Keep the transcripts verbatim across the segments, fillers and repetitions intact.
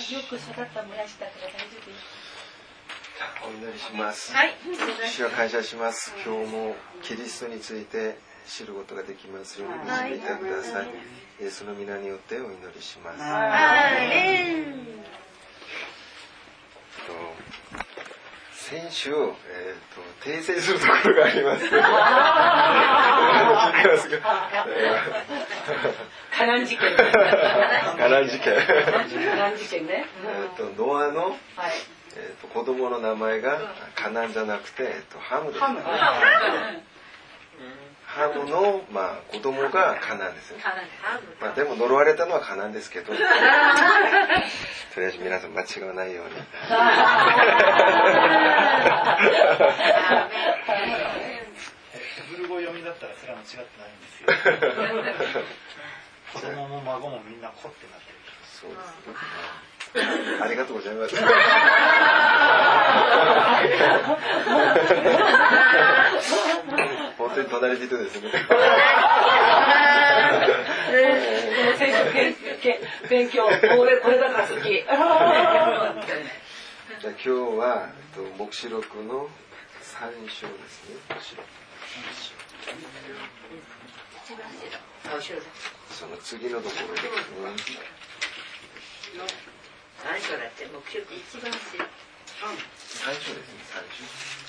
よく育ったもやしだから大丈夫です。 お祈りします。 はい。 主を感謝します。今日もキリストについて知ることができますように導いてください。イエスの皆によってお祈りします。先週、えー、と訂正するところがあります。 カナン事件。 カナン事件。 カナン事件ね。 えっとノアの、 はい、 えー、と子供の名前がカナンじゃなくて、えー、とハムです。 ハム。 ハムの、まあ、子供がカナンですね。まあ、でも呪われたのはカナンですけど、とりあえず皆さん間違わないように。 ヘブル語読みだったらそれは間違ってないんですよ。子供も孫もみんな子ってなってる。 そうですね。ありがとうございます。本当に隣人ですね。 勉強、これ、これだから好き。 じゃあ今日は黙示録のさん章ですね。その次のところですね。 何章だって黙示録一番知る。 さん章ですね。さん章。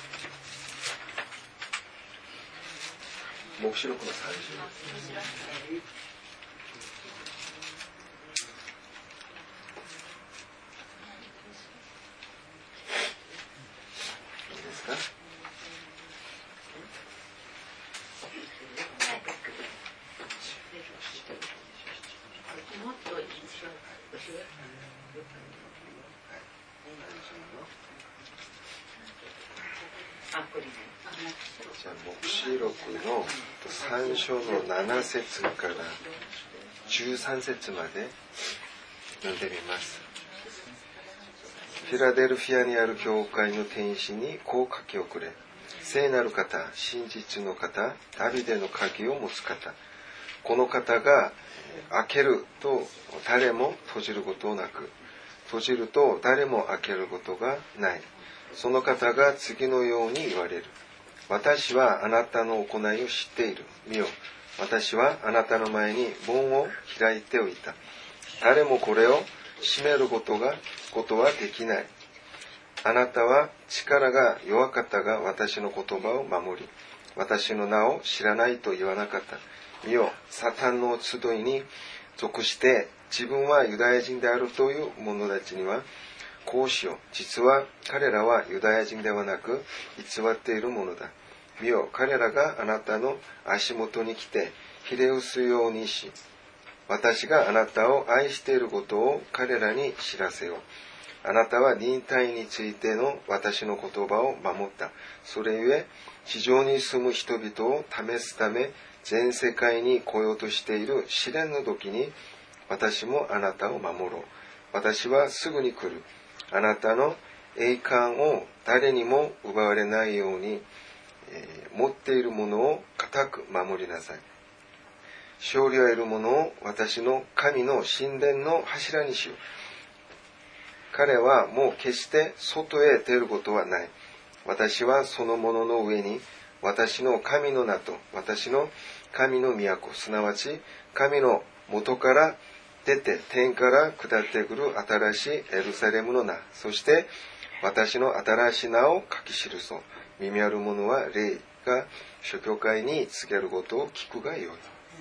黙示録のさん章ですね。いいですか？ もっと一緒。 じゃあ黙示録のさん章のなな節からじゅうさん節まで読んでみます。フィラデルフィアにある教会の天使にこう書き送れ。聖なる方、真実の方、ダビデの鍵を持つ方。この方が開けると誰も閉じることなく、閉じると誰も開けることがない。その方が次のように言われる。私はあなたの行いを知っている。見よ、私はあなたの前に門を開いておいた。誰もこれを閉めることがことはできない。あなたは力が弱かったが私の言葉を守り、私の名を知らないと言わなかった。見よ、サタンの集いに属して自分はユダヤ人であるという者たちにはこうしよう。実は彼らはユダヤ人ではなく偽っているものだ。見よ、彼らがあなたの足元に来てひれ伏すようにし、私があなたを愛していることを彼らに知らせよう。あなたは忍耐についての私の言葉を守った。それゆえ地上に住む人々を試すため全世界に来ようとしている試練の時に私もあなたを守ろう。私はすぐに来る。あなたの栄冠を誰にも奪われないように、えー、持っているものを固く守りなさい。勝利を得るものを私の神の神殿の柱にしよう。彼はもう決して外へ出ることはない。私はそのものの上に私の神の名と私の神の都、すなわち神の元から出て天から下ってくる新しいエルサレムの名、そして私の新しい名を書き記そう。耳ある者は霊が諸教会に告げることを聞くがよい。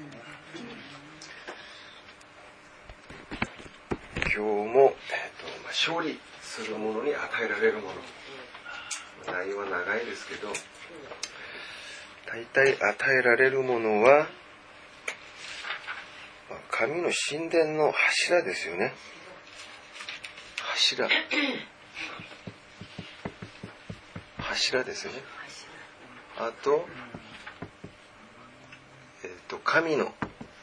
今日も、えーとまあ、勝利する者に与えられるもの、内容は長いですけど、大体与えられるものは神の神殿の柱ですよね。柱柱ですよね。あと、えっと神の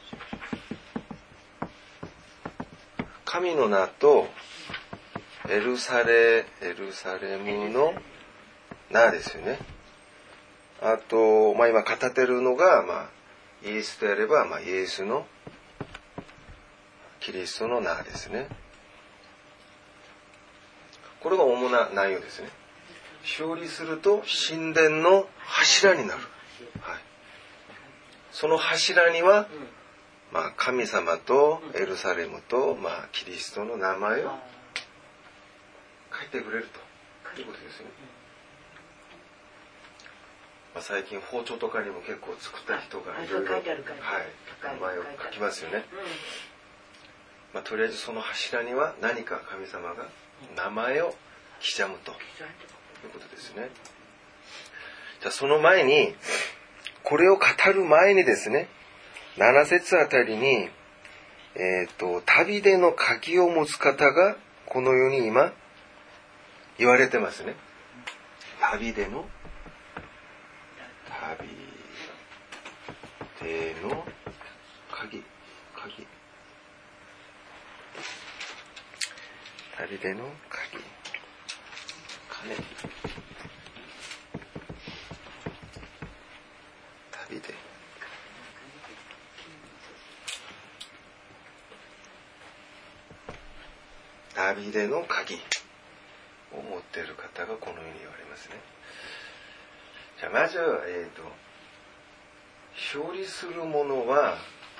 神の名とエルサレエルサレムの名ですよね。あと、まあ、今語ってるのが、まあ、イエスであれば、まあ、イエスのキリストの名ですね。 これが主な内容ですね。勝利すると神殿の柱になる。はい、その柱には、まあ、神様とエルサレムと、まあ、キリストの名前を書いてくれるということですね。まあ、最近包丁とかにも結構作った人がいろいろ、はい、名前を書きますよね。まあ、とりあえずその柱には何か神様が名前を刻むということですね。じゃあその前に、これを語る前にですね、なな節あたりに、えっと、旅での鍵を持つ方がこの世に今言われてますね。旅での旅での鍵鍵旅での鍵金旅で旅での鍵を持っている方がこのように言われますね。じゃあまず、えーと、勝利する者は、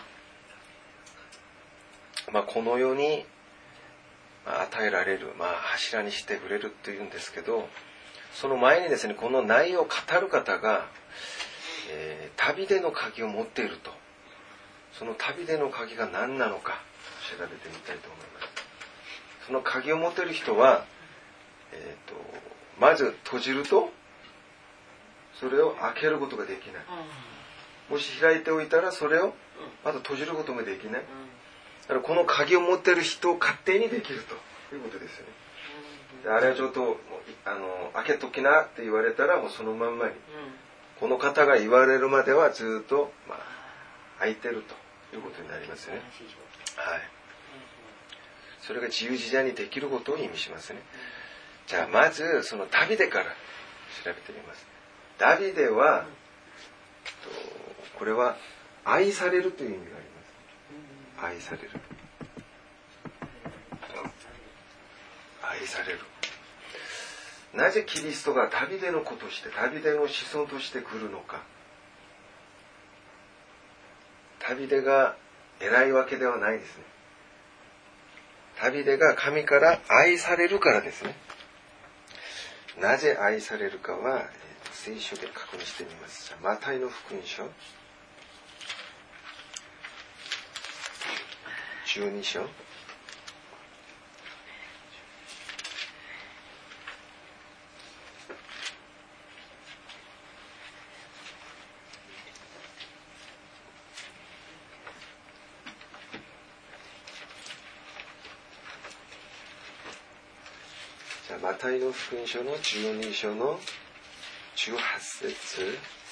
まあ、この世に与えられる、まあ、柱にしてくれるっていうんですけど、その前にですね、この内容を語る方が、えー、旅での鍵を持っていると。その旅での鍵が何なのか調べてみたいと思います。その鍵を持っている人は、えーと、まず閉じるとそれを開けることができない。もし開いておいたらそれをまた閉じることもできない。だからこの鍵を持っている人を勝手にできるということですよね。あれはちょっとあの開けときなって言われたらもうそのまんまに、この方が言われるまではずっと、まあ、開いてるということになりますよね。はい。それが自由自在にできることを意味しますね。じゃあまずそのダビデから調べてみます。ダビデは、これは愛されるという意味があります。愛される。愛される。なぜキリストがダビデの子として、ダビデの子孫として来るのか。ダビデが偉いわけではないですね。ダビデが神から愛されるからですね。なぜ愛されるかは、聖書で確認してみます。マタイの福音書じゅうに章じゃあマタイの福音書のじゅうに章のじゅうはち節読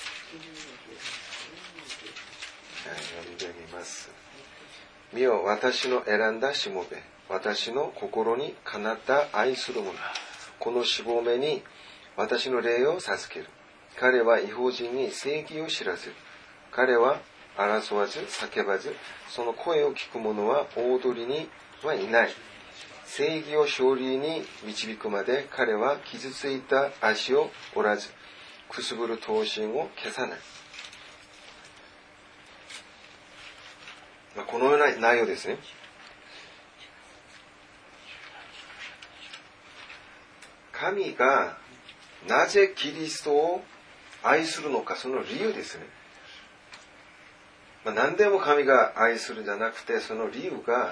んでみます。見よ、私の選んだしもべ、私の心にかなった愛する者、このしもべに私の霊を授ける。彼は異邦人に正義を知らせる。彼は争わず叫ばず、その声を聞く者は大鳥にはいない。正義を勝利に導くまで彼は傷ついた足を折らず、くすぶる闘心を消さない。まあ、このような内容ですね。神がなぜキリストを愛するのか、その理由ですね。まあ、何でも神が愛するんじゃなくて、その理由が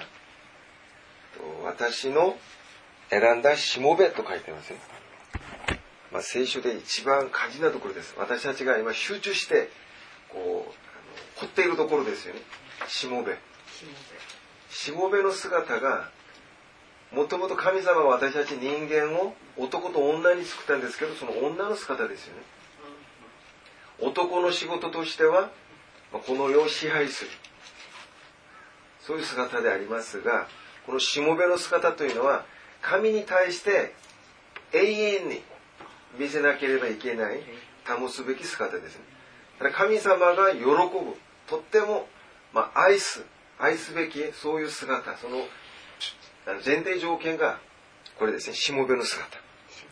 私の選んだしもべと書いてますね。まあ、聖書で一番肝心なところです。私たちが今集中してこうあの掘っているところですよね。しもべ。しもべの姿が、もともと神様は私たち人間を男と女に作ったんですけど、その女の姿ですよね。男の仕事としてはこの世を支配する、そういう姿でありますが、このしもべの姿というのは神に対して永遠に見せなければいけない保つべき姿ですね。だから神様が喜ぶ、とっても、まあ、愛す愛すべきそういう姿、その前提条件がこれですね、しもべの姿。だ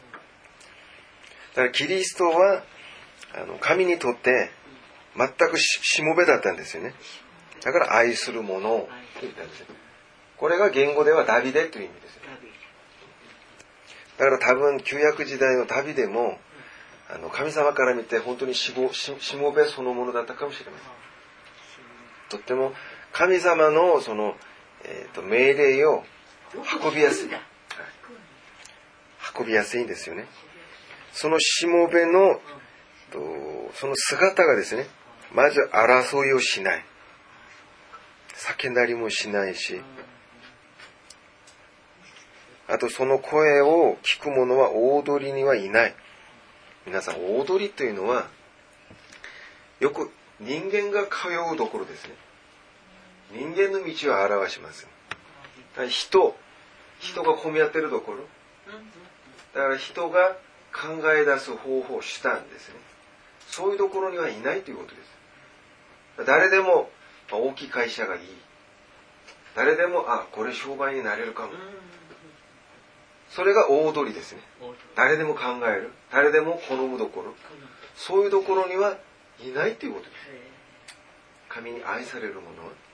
からキリストはあの神にとって全くしもべだったんですよね。だから愛する者をと言ったんですね。これが言語ではダビデという意味ですよ。だから多分旧約時代のダビデもあの神様から見て本当にしも、しもべそのものだったかもしれません。とっても神様のその、えー、と命令を運びやすい、はい、運びやすいんですよね。そのしもべのとその姿がですね、まず争いをしない、叫んだりもしないし、あとその声を聞く者は大通りにはいない。皆さん、大通りというのはよく人間が通うところですね。人間の道を表します。だから人人が混み合っているところ、だから人が考え出す方法をしたんですね。そういうところにはいないということです。誰でも大きい会社がいい、誰でもあこれ商売になれるかも、それが大通りですね。誰でも考える、誰でも好むところ、そういうところにはいないということです。神に愛される者は。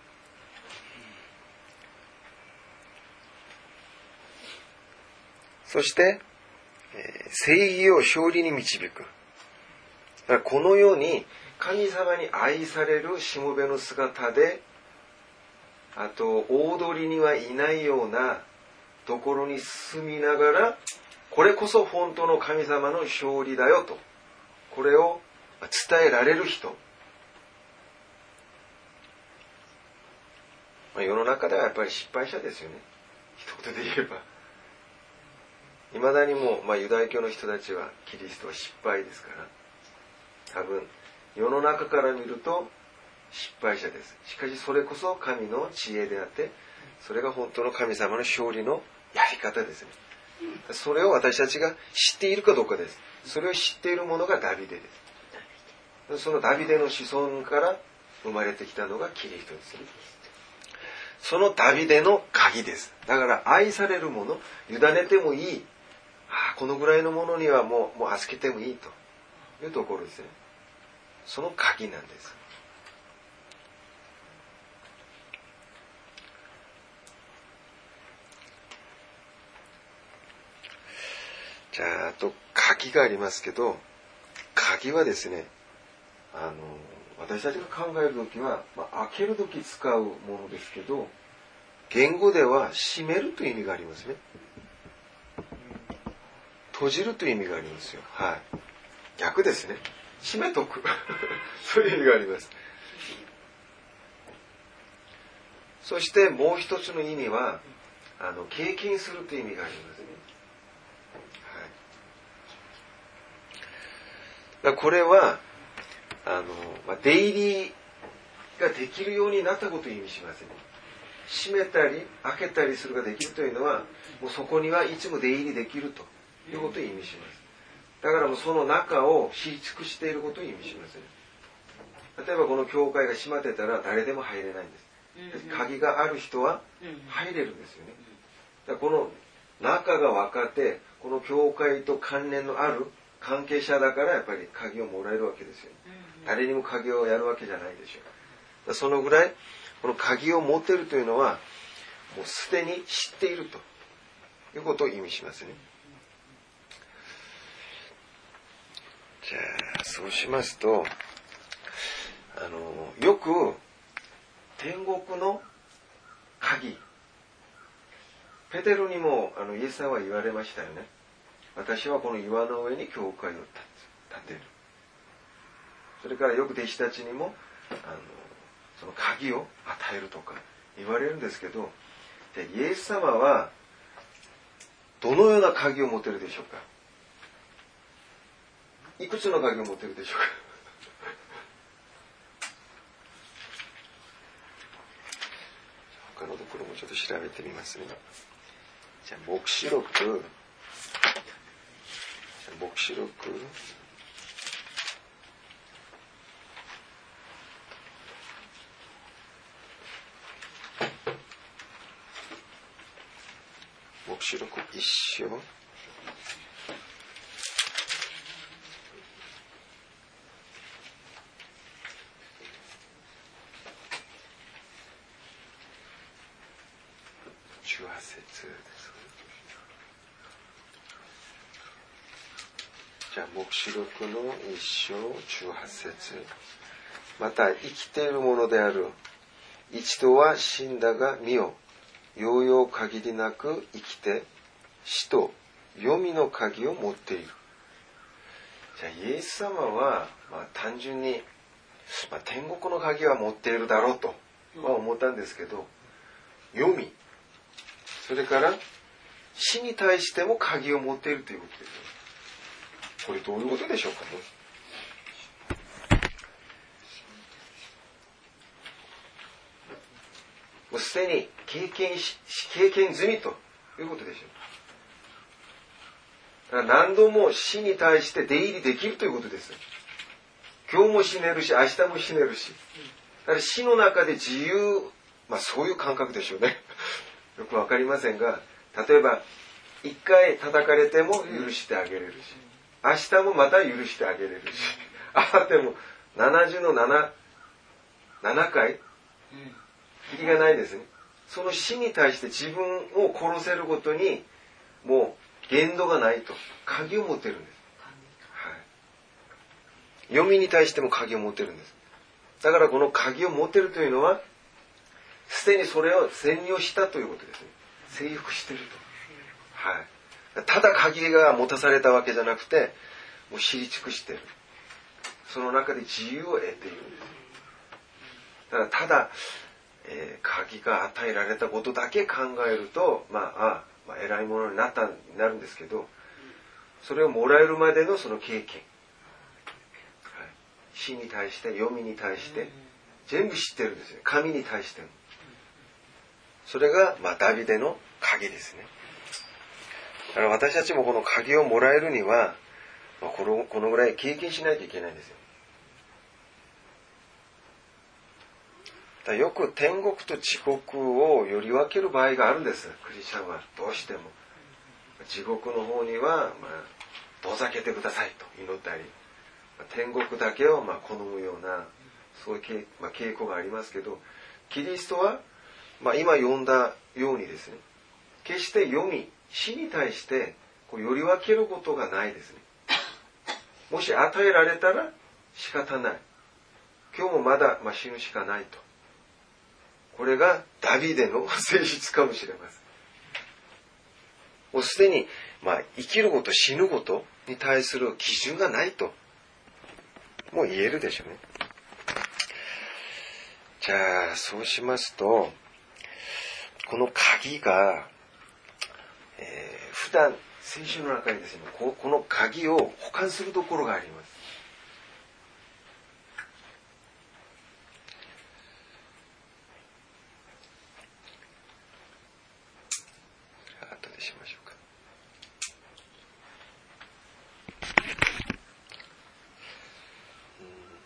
そして、えー、正義を勝利に導く。だからこのように神様に愛されるしもべの姿で、あと大通りにはいないようなところに住みながら、これこそ本当の神様の勝利だよと、これを伝えられる人、まあ、世の中ではやっぱり失敗者ですよね。一言で言えばいまだにも、まあ、ユダヤ教の人たちはキリストは失敗ですから、多分世の中から見ると失敗者です。しかしそれこそ神の知恵であって、それが本当の神様の勝利のやり方ですね。それを私たちが知っているかどうかです。それを知っているものがダビデです。そのダビデの子孫から生まれてきたのがキリストですね。そのダビデの鍵です。だから愛されるもの、委ねてもいい、ああこのぐらいのものにはもう、もう預けてもいいというところですね。その鍵なんです。じゃあ、あと鍵がありますけど、鍵はですね、あの私たちが考えるときは、まあ、開けるとき使うものですけど、言語では閉めるという意味がありますね。閉じるという意味がありますよ。はい。逆ですね。閉めとく。そういう意味があります。そしてもう一つの意味は、あの経験するという意味がありますね。はい。これはあの、まあ、出入りができるようになったことを意味しますね。閉めたり開けたりするができるというのは、もうそこにはいつも出入りできるということを意味します。だからもうその中を知り尽くしていることを意味します。例えばこの教会が閉まってたら誰でも入れないんです。鍵がある人は入れるんですよね。だからこの中が分かって、この教会と関連のある関係者だからやっぱり鍵をもらえるわけですよ。誰にも鍵をやるわけじゃないでしょう。そのぐらいこの鍵を持っているというのはもうすでに知っているということを意味しますね。じゃあそうしますと、あのよく天国の鍵、ペテロにもあのイエスさんは言われましたよね。私はこの岩の上に教会を建てる。それからよく弟子たちにもあのその鍵を与えるとか言われるんですけど、でイエス様はどのような鍵を持っているでしょうか。いくつの鍵を持っているでしょうか。他のところもちょっと調べてみますね。じゃあ黙示録、じゃあ黙示録黙示録一章じゅうはち節です。じゃあ黙示録の一章じゅうはち節。また生きているものである。一度は死んだが見よ。ようよう限りなく生きて死と黄泉の鍵を持っている。じゃあイエス様は、まあ、単純に、まあ、天国の鍵は持っているだろうと、まあ、思ったんですけど、黄泉、それから死に対しても鍵を持っているということです。これどういうことでしょうかね。もうすでに経験し、経験済みということでしょう。だから何度も死に対して出入りできるということです。今日も死ねるし、明日も死ねるし。だから死の中で自由、まあそういう感覚でしょうね。よくわかりませんが、例えば、一回叩かれても許してあげれるし、明日もまた許してあげれるし、あってもななじゅうのなな、ななかい、きりがないですね。その死に対して自分を殺せることにもう限度がないと鍵を持ってるんです。はい。黄泉に対しても鍵を持ってるんです。だからこの鍵を持ってるというのはすでにそれを占領したということですね。征服していると。はい。ただ鍵が持たされたわけじゃなくて、もう知り尽くしている。その中で自由を得ているんです。だからただえー、鍵が与えられたことだけ考えると、まあ、あ、まあ、偉いものになったになるんですけど、それをもらえるまでのその経験、はい、死に対して、黄泉に対して、全部知ってるんですよ。神に対しても。それが、まあ、ダビデの鍵ですね。だから私たちもこの鍵をもらえるには、まあ、この、このぐらい経験しないといけないんですよ。だよく天国と地獄をより分ける場合があるんです。クリスチャンはどうしても。地獄の方には、まあ、遠ざけてくださいと祈ったり、天国だけをまあ好むような、そういう傾、まあ、傾向がありますけど、キリストは、まあ、今読んだようにですね、決して読み、死に対してこうより分けることがないですね。もし与えられたら仕方ない。今日もまだ、まあ、死ぬしかないと。これがダビデの性質かもしれません。もうすでに、まあ、生きること、死ぬことに対する基準がないと、もう言えるでしょうね。じゃあ、そうしますと、この鍵が、えー、普段、聖書の中にですね、この鍵を保管するところがあります。後でしましょうか。うん、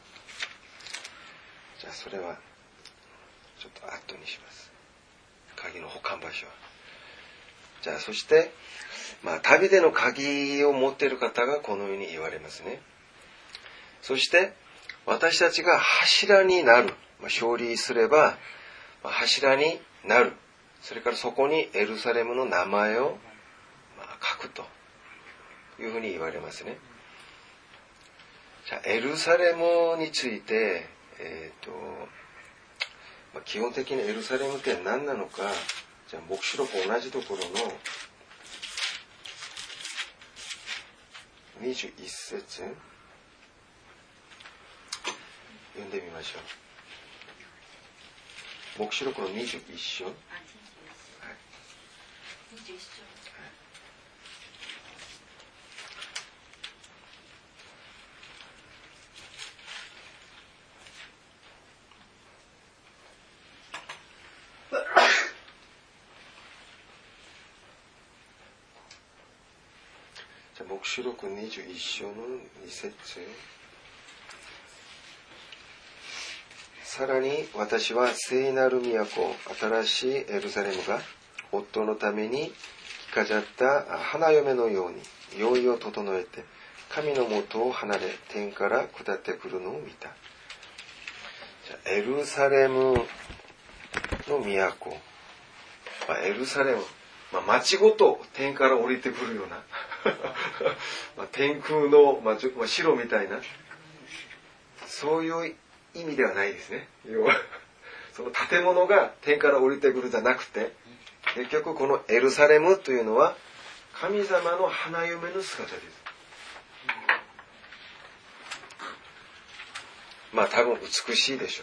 じゃあそれはちょっと後にします。鍵の保管場所は。じゃあそして、まあ旅での鍵を持っている方がこのように言われますね。そして私たちが柱になる、まあ、勝利すれば、まあ、柱になる。それからそこにエルサレムの名前を、まあ、書くというふうに言われますね。じゃあエルサレムについて、えーとまあ、基本的にエルサレムって何なのか、じゃあ黙示録同じところのにじゅういち節読んでみましょう。黙示録のにじゅういち章。はい、にじゅういち章。じゃあ黙示録にじゅういち章のに節。さらに私は聖なる都、新しいエルサレムが夫のために飾った花嫁のように用意を整えて神の元を離れ天から下ってくるのを見た。じゃあエルサレムの都、まあ、エルサレム、まあ、町ごと天から降りてくるようなまあ天空の、まあ、城みたいな、そういう意味ではないですね。要はその建物が天から降りてくるじゃなくて、結局このエルサレムというのは神様の花嫁の姿です。まあ多分美しいでしょ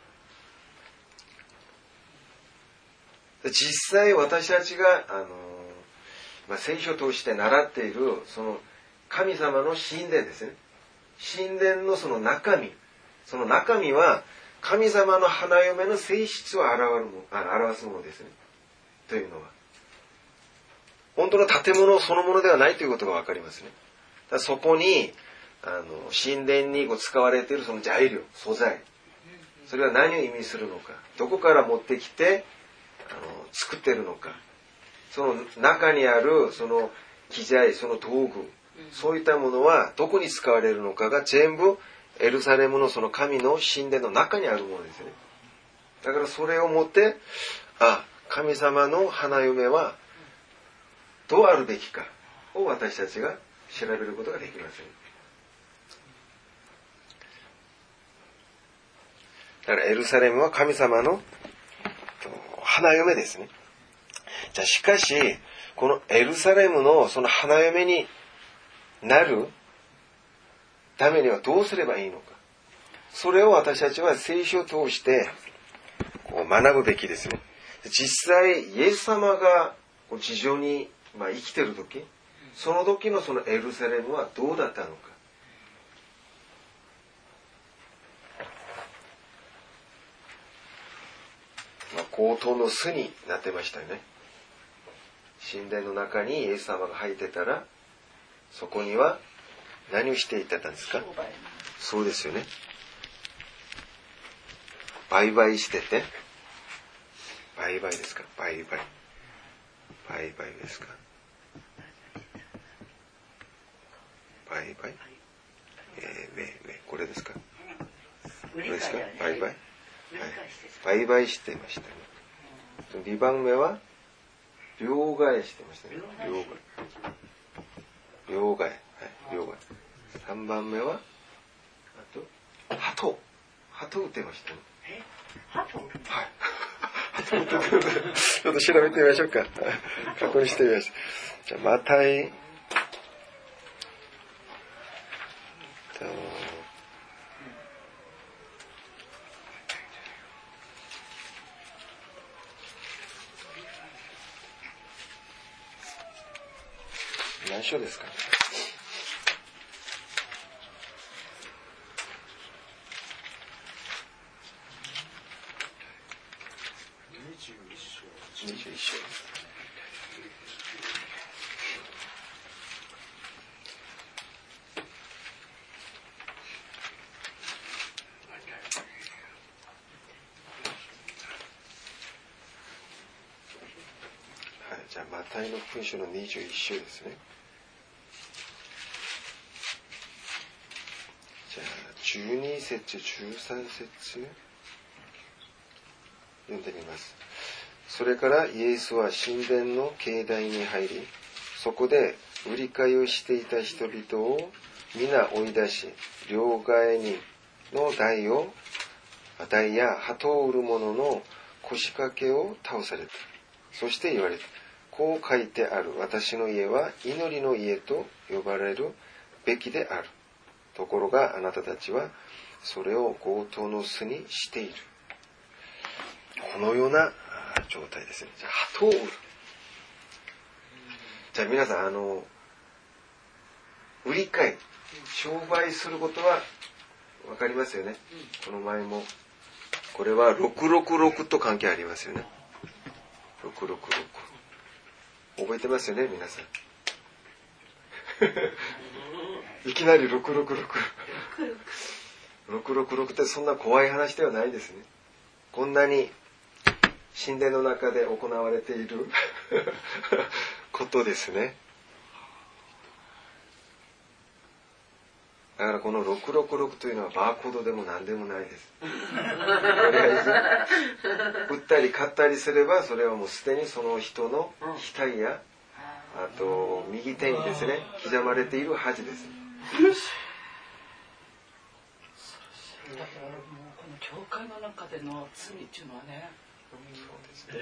う。実際私たちがあの、まあ、聖書を通して習っているその神様の神殿ですね。神殿のその中身、その中身は神様の花嫁の性質を表るもあ表すものですね。というのは本当の建物そのものではないということが分かりますね。だからそこにあの神殿にこう使われているその材料、素材、それは何を意味するのか、どこから持ってきてあの作っているのか、その中にあるその機材、その道具、そういったものはどこに使われるのかが全部エルサレムのその神の神殿の中にあるものですね。だからそれをもって、あ、神様の花嫁はどうあるべきかを私たちが調べることができますね。だからエルサレムは神様の花嫁ですね。じゃあしかしこのエルサレムのその花嫁になるためにはどうすればいいのか、それを私たちは聖書を通してこう学ぶべきですね。実際イエス様が地上にまあ生きてる時、その時のそのエルサレムはどうだったのか、まあ、高等の巣になってましたよね。神殿の中にイエス様が入ってたら、そこには何をしていたんですか？そうですよね。売買してて、売買ですか？売買。売買ですか？売買。えー、め、め、これですか？これですか？売買。はい。売買してましたね。にばんめは両替してましたね。両替。両替。はい。両替。さんばんめはあと鳩。鳩売ってましたね。 え？鳩？はい。 鳩売ってる。ちょっと調べてみましょうか。確認してみましょう。じゃあマタイ。何章ですか？にじゅういち章。にじゅういち章。はい、じゃあマタイの福音書のにじゅういち章ですね。じゃあじゅうに節じゅうさん節読んでみます。それからイエスは神殿の境内に入り、そこで売り買いをしていた人々を皆追い出し、両替人の台を台や鳩を売る者の腰掛けを倒された。そして言われた。こう書いてある。私の家は祈りの家と呼ばれるべきである。ところがあなたたちはそれを強盗の巣にしている。このような状態ですね。じゃあ鳩を売る。じゃあ皆さん、あの売り買い、商売することは分かりますよね。この前もこれはろくろくろくと関係ありますよね。ろくろくろく覚えてますよね、皆さん。いきなりろくろくろくろくろくろくってそんな怖い話ではないですね。こんなに神殿の中で行われていることですね。だからこのろくろくろくというのはバーコードでも何でもないです。とりあえず売ったり買ったりすればそれはもうすでにその人の額やあと右手にですね刻まれているはずです。 だからもうこの教会の中での罪っていうのはね、 そうですね。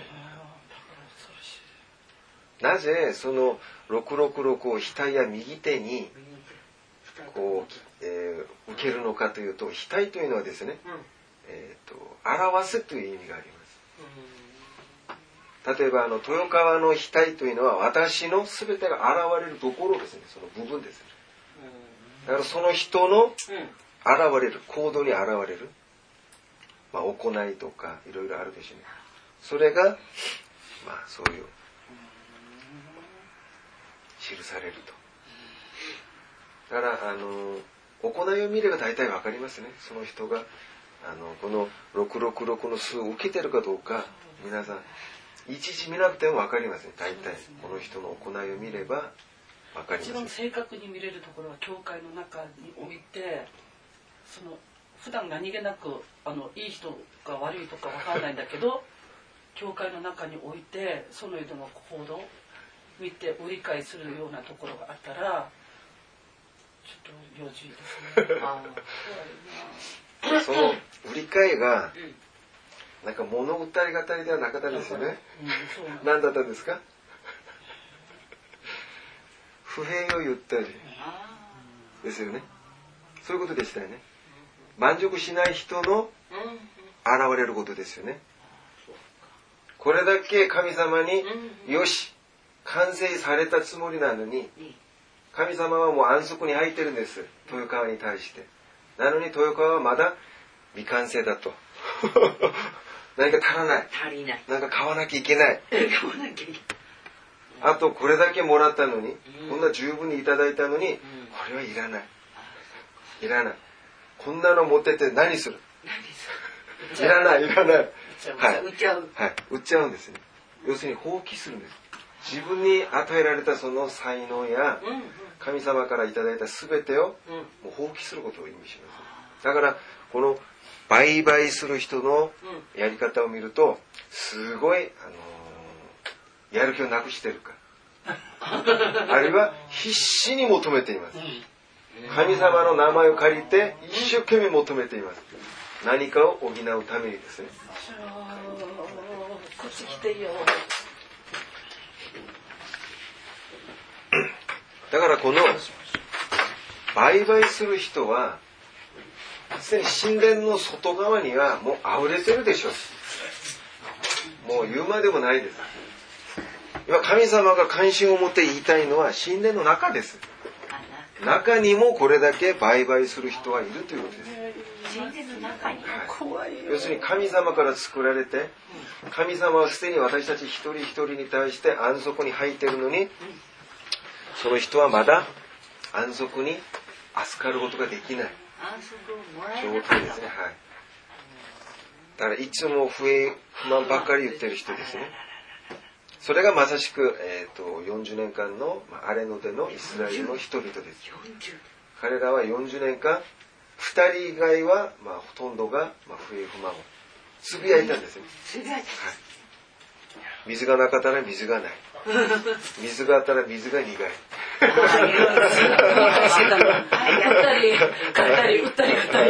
だから恐ろしい。 なぜそのろくろくろくを額や右手にこう、えー、受けるのかというと、額というのはですね、えー、と表すという意味があります。例えばあの豊川の額というのは私の全てが現れるところですね、その部分ですね。だからその人の現れる行動に現れる、まあ、行いとかいろいろあるでしょうね。それがまあそういう記されると。だからあの行いを見れば大体わかりますね。その人があのこのろくろくろくの数を受けてるかどうか、皆さんいちいち見なくてもわかりますね。大体この人の行いを見ればわかります。 一番正確に見れるところは教会の中において、その普段何気なくあのいい人か悪いとかわからないんだけど教会の中においてその人の行動を見てご理解するようなところがあったらちょっと用事ですね。あその売り買いがなんか物語り語りではなかったんですよね。うん、何だったんですか？不平を言ったりですよね。そういうことでしたよね。満足しない人の現れることですよね。これだけ神様によし完成されたつもりなのに、神様はもう安息に入ってるんです、豊川に対して。なのに豊川はまだ未完成だと。何か足らない。 足りない。 なんか買わなきゃいけない。 買わなきゃいけない。 あとこれだけもらったのに、こんな十分にいただいたのに、これはいらない。いらない。こんなの持ってって何する？いらない、いらない。はい。 売っちゃう。 はい。売っちゃうんですね。要するに放棄するんです。自分に与えられたその才能や神様からいただいた全てをもう放棄することを意味します。だからこの売買する人のやり方を見るとすごい、あのー、やる気をなくしてるかあるいは必死に求めています。神様の名前を借りて一生懸命求めています。何かを補うためにですね。 こっち来てよ。 だからこの売買する人はすでに神殿の外側にはもう溢れてるでしょう。もう言うまでもないです。今神様が関心を持って言いたいのは神殿の中です。中にもこれだけ売買する人はいるということです。 神殿の中に、 はい、要するに神様から作られて、神様はすでに私たち一人一人に対して安息に入っているのに、その人はまだ安息に預かることができない状態ですね。はい。だからいつも不平不満ばっかり言ってる人ですね。それがまさしく、えー、とよんじゅうねんかんの、まあ、荒れのでのイスラエルの人々です。彼らはよんじゅうねんかんふたり以外は、まあ、ほとんどが、まあ、不平不満をつぶやいたんですね。はい、水がなかったら水がない。水があったら水が苦い。 売ったり買ったり売ったり買ったり。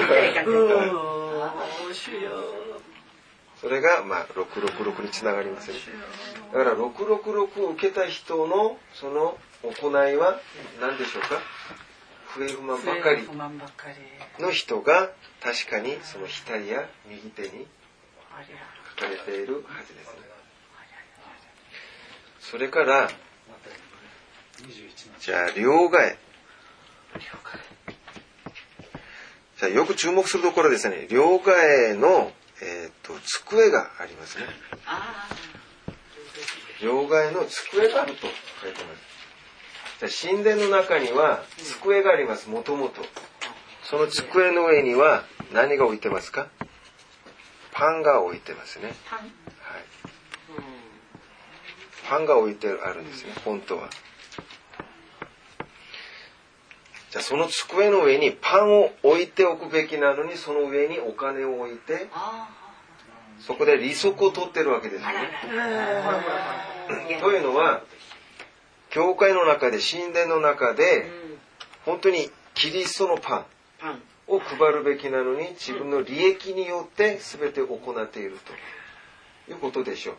それが、まあ、ろくろくろくにつながりますね。だからろくろくろくを受けた人のその行いは何でしょうか？不平不満ばかりの人が確かにその額や右手に書かれているはずですね。それからじゃあ両替。じゃあよく注目するところですね。両替の、えー、と机がありますね。両替の机があると書いてます。じゃあ神殿の中には机があります。もともとその机の上には何が置いてますか？パンが置いてますね。はい。 パンが置いてあるんですね、本当は。じゃあその机の上にパンを置いておくべきなのに、その上にお金を置いて、そこで利息を取ってるわけですよね。というのは、教会の中で、神殿の中で、本当にキリストのパンを配るべきなのに、自分の利益によって全て行っているということでしょう。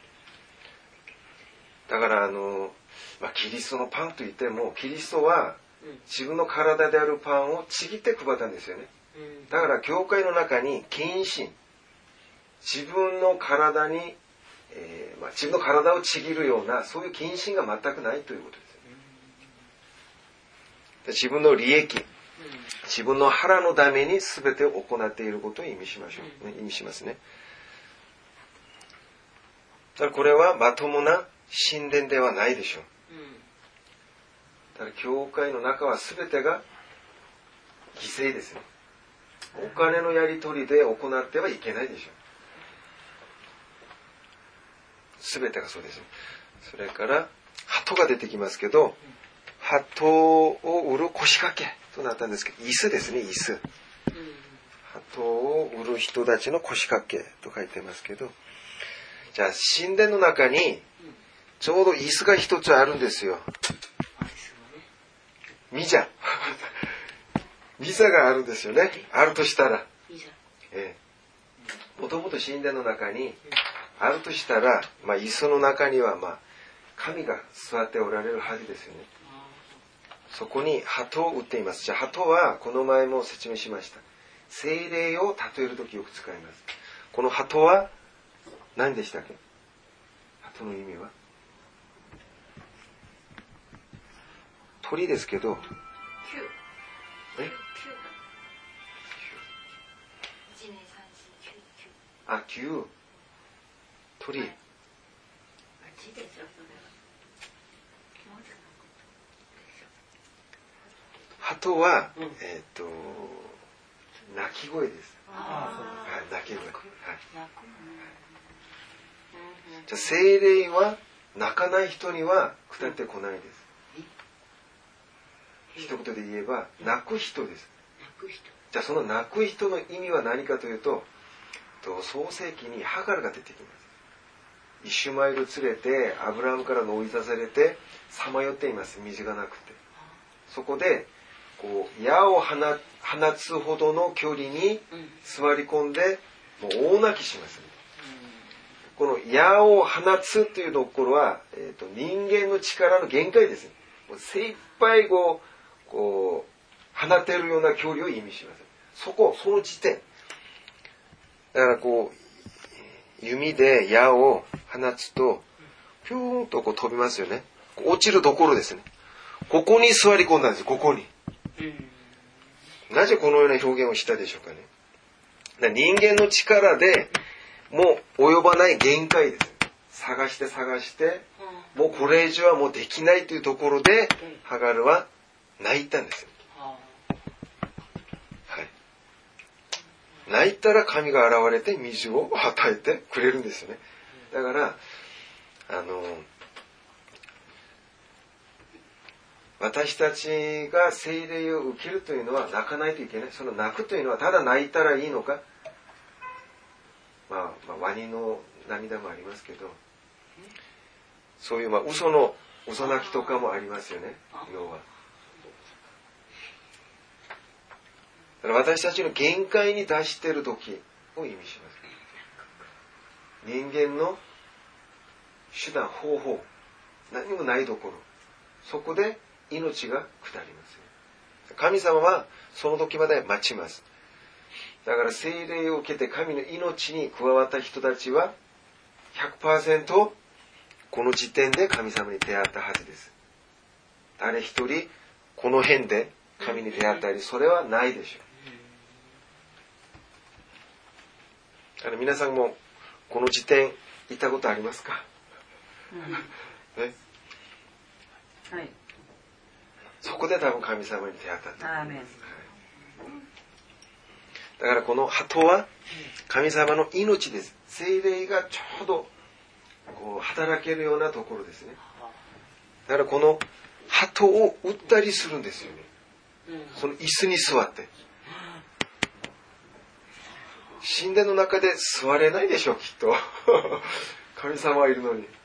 だからあの、まあ、キリストのパンといっても、キリストは自分の体であるパンをちぎって配ったんですよね。だから教会の中に献身、自分の体に、えーまあ、自分の体をちぎるようなそういう献身が全くないということですよね。で、自分の利益、自分の腹のために全てを行っていることを意味しましょう、ね、意味しますね。だからこれはまともな神殿ではないでしょう。だから教会の中は全てが犠牲ですね。お金のやり取りで行ってはいけないでしょう。全てがそうです。それから鳩が出てきますけど、鳩を売る腰掛けとなったんですけど、椅子ですね、椅子。鳩を売る人たちの腰掛けと書いてますけど、じゃあ神殿の中にちょうど椅子が一つあるんですよ。ミジャミザがあるんですよね。あるとしたら、ええ、もともと神殿の中にあるとしたら、まあ、椅子の中には、まあ、神が座っておられるはずですよね。そこに鳩を売っています。じゃあ鳩はこの前も説明しました。聖霊を例えるときよく使います。この鳩は何でしたっけ？鳩の意味は鳥ですけど、え？あ、牛。鳥。鳩は、うん、えっ、ー、と、鳴き声です。はい、鳴き声。はい。じゃあ、聖霊は鳴かない人には下ってこないです。一言で言えば、泣く人です。じゃあその泣く人の意味は何かというと、創世記にハガルが出てきます。イシュマエル連れてアブラハムから追い出されてさまよっています。水がなくて。そこでこう矢を放つほどの距離に座り込んでもう大泣きします、ね。この矢を放つというところは、えーと、人間の力の限界です、ね。もう精一杯こうこう放てるような距離を意味します。そこ、その時点。だからこう、弓で矢を放つと、ピューンとこう飛びますよね。落ちるところですね。ここに座り込んだんですよ、ここに。なぜこのような表現をしたでしょうかね。だから人間の力でもう及ばない限界です。探して探して、もうこれ以上はもうできないというところで、ハガルは泣いたんですよ。泣いたら神が現れて水を与えてくれるんですよね。だからあの私たちが聖霊を受けるというのは泣かないといけない。その泣くというのはただ泣いたらいいのか、まあ、まあワニの涙もありますけど、そういうまあ嘘の嘘泣きとかもありますよね。要は私たちの限界に達している時を意味します。人間の手段、方法、何もないところ、そこで命が下ります。神様はその時まで待ちます。だから聖霊を受けて神の命に加わった人たちは ひゃくパーセント この時点で神様に出会ったはずです。誰一人この辺で神に出会ったり、それはないでしょう。あの皆さんもこの時点行ったことありますか？うんね、はい。そこで多分神様に出会ったと思います。だからこの鳩は神様の命です。聖霊がちょうどこう働けるようなところですね。だからこの鳩を売ったりするんですよね。その椅子に座って。神殿の中で座れないでしょう、きっと。神様はいるのに。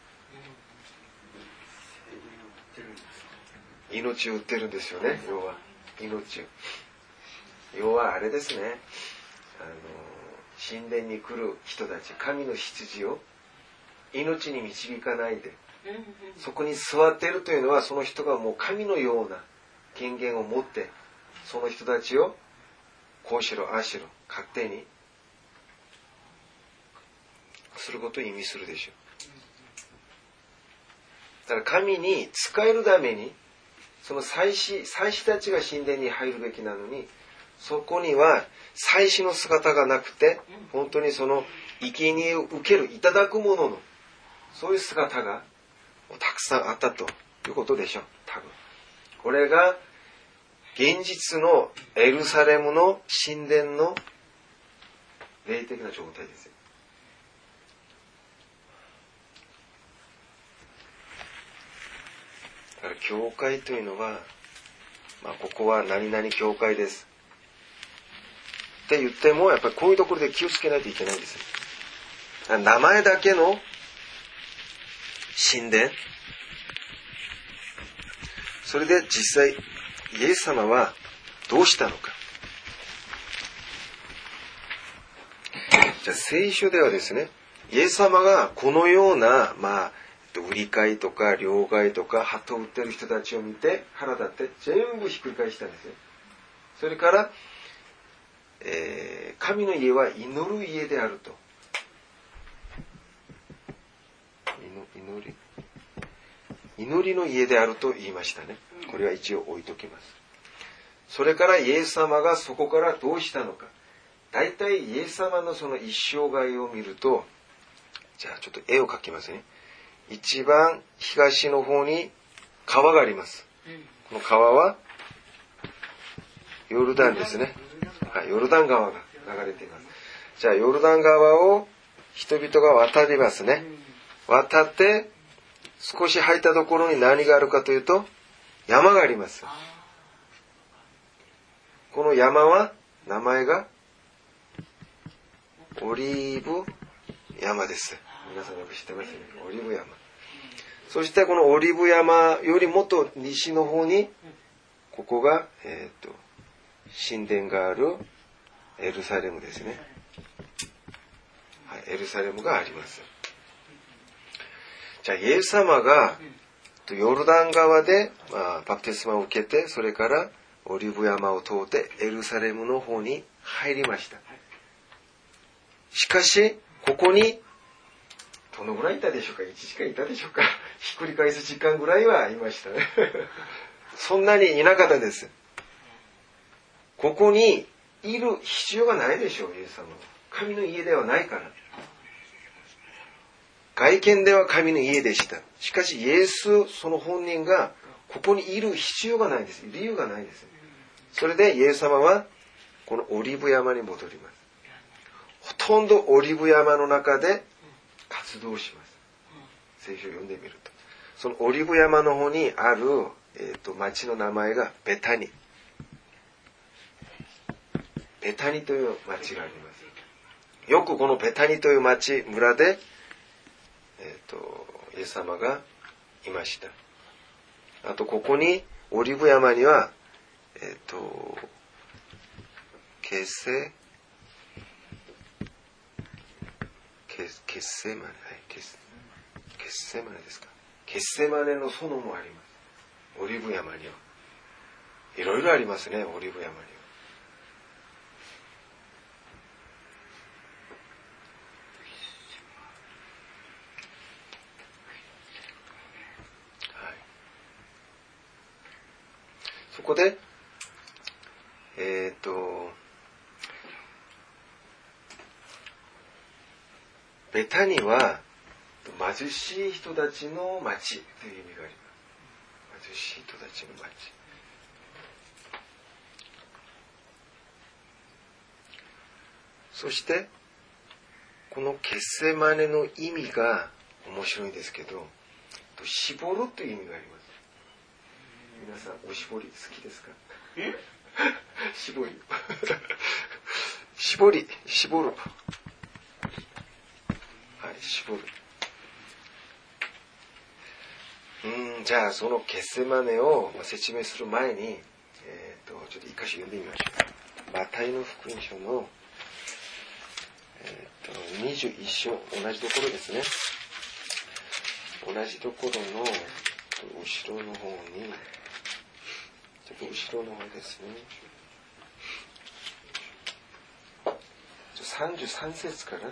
命を売ってるんですよね、要は。命を。要はあれですね。あの、神殿に来る人たち、神の羊を命に導かないで、そこに座っているというのは、その人がもう神のような権限を持って、その人たちをこうしろ、ああしろ、勝手にすることを意味するでしょう。だから神に仕えるために、その祭司、祭司たちが神殿に入るべきなのに、そこには祭司の姿がなくて、本当にその生贄を受ける、いただくものの、そういう姿がたくさんあったということでしょう、多分。これが現実のエルサレムの神殿の霊的な状態ですよ。だから教会というのは、まあ、ここは何々教会ですって言っても、やっぱりこういうところで気をつけないといけないんですよ。名前だけの神殿。それで実際イエス様はどうしたのか。じゃあ聖書ではですね、イエス様がこのような、まあ、売り買いとか両替とか鳩を売ってる人たちを見て腹立って全部ひっくり返したんですよ。それから、えー、神の家は祈る家であると。祈り祈りの家であると言いましたね。これは一応置いときます。それからイエス様がそこからどうしたのか。大体イエス様のその一生涯を見ると、じゃあちょっと絵を描きますね。一番東の方に川があります。この川はヨルダンですね。はい、ヨルダン川が流れています。じゃあヨルダン川を人々が渡りますね。渡って少し入ったところに何があるかというと山があります。この山は名前がオリーブ山です。皆さんよく知ってますね。オリーブ山。そしてこのオリーブ山よりもっと西の方にここが、えーと、神殿があるエルサレムですね。はい、エルサレムがあります。じゃあイエス様がヨルダン川で、まあ、バプテスマを受けて、それからオリーブ山を通ってエルサレムの方に入りました。しかしここにどのぐらいいたでしょうか。いちじかんいたでしょうか。ひっくり返す時間ぐらいはいましたね。そんなにいなかったです。ここにいる必要がないでしょう。イエス様は神の家ではないから。外見では神の家でした。しかしイエスその本人がここにいる必要がないんです。理由がないんです。それでイエス様はこのオリーブ山に戻ります。ほとんどオリーブ山の中で活動します。聖書を読んでみると、そのオリーブ山の方にある、えーと、町の名前がベタニ。ベタニという町があります。よくこのベタニという町、村で、えーと、イエス様がいました。あとここにオリーブ山には、えっと、ケセケケセマネ、はい、ケスケッセマネですか。ケッセマネの園もあります。オリーブ山には。いろいろありますね、オリーブ山には。そこで、えっと、ベタニは貧しい人たちの町という意味があります。貧しい人たちの町。そして、このケッセマネの意味が面白いんですけど、絞るという意味があります。皆さんおしぼり好きですか？絞り絞り絞る、はい、絞る。うん、じゃあその決戦マネを説明する前に、えー、とちょっと一箇所読んでみましょう。マタイの福音書の、えー、とにじゅういっ章、同じところですね。同じところの後ろの方に、ちょっと後ろの方ですね。さんじゅうさん節から。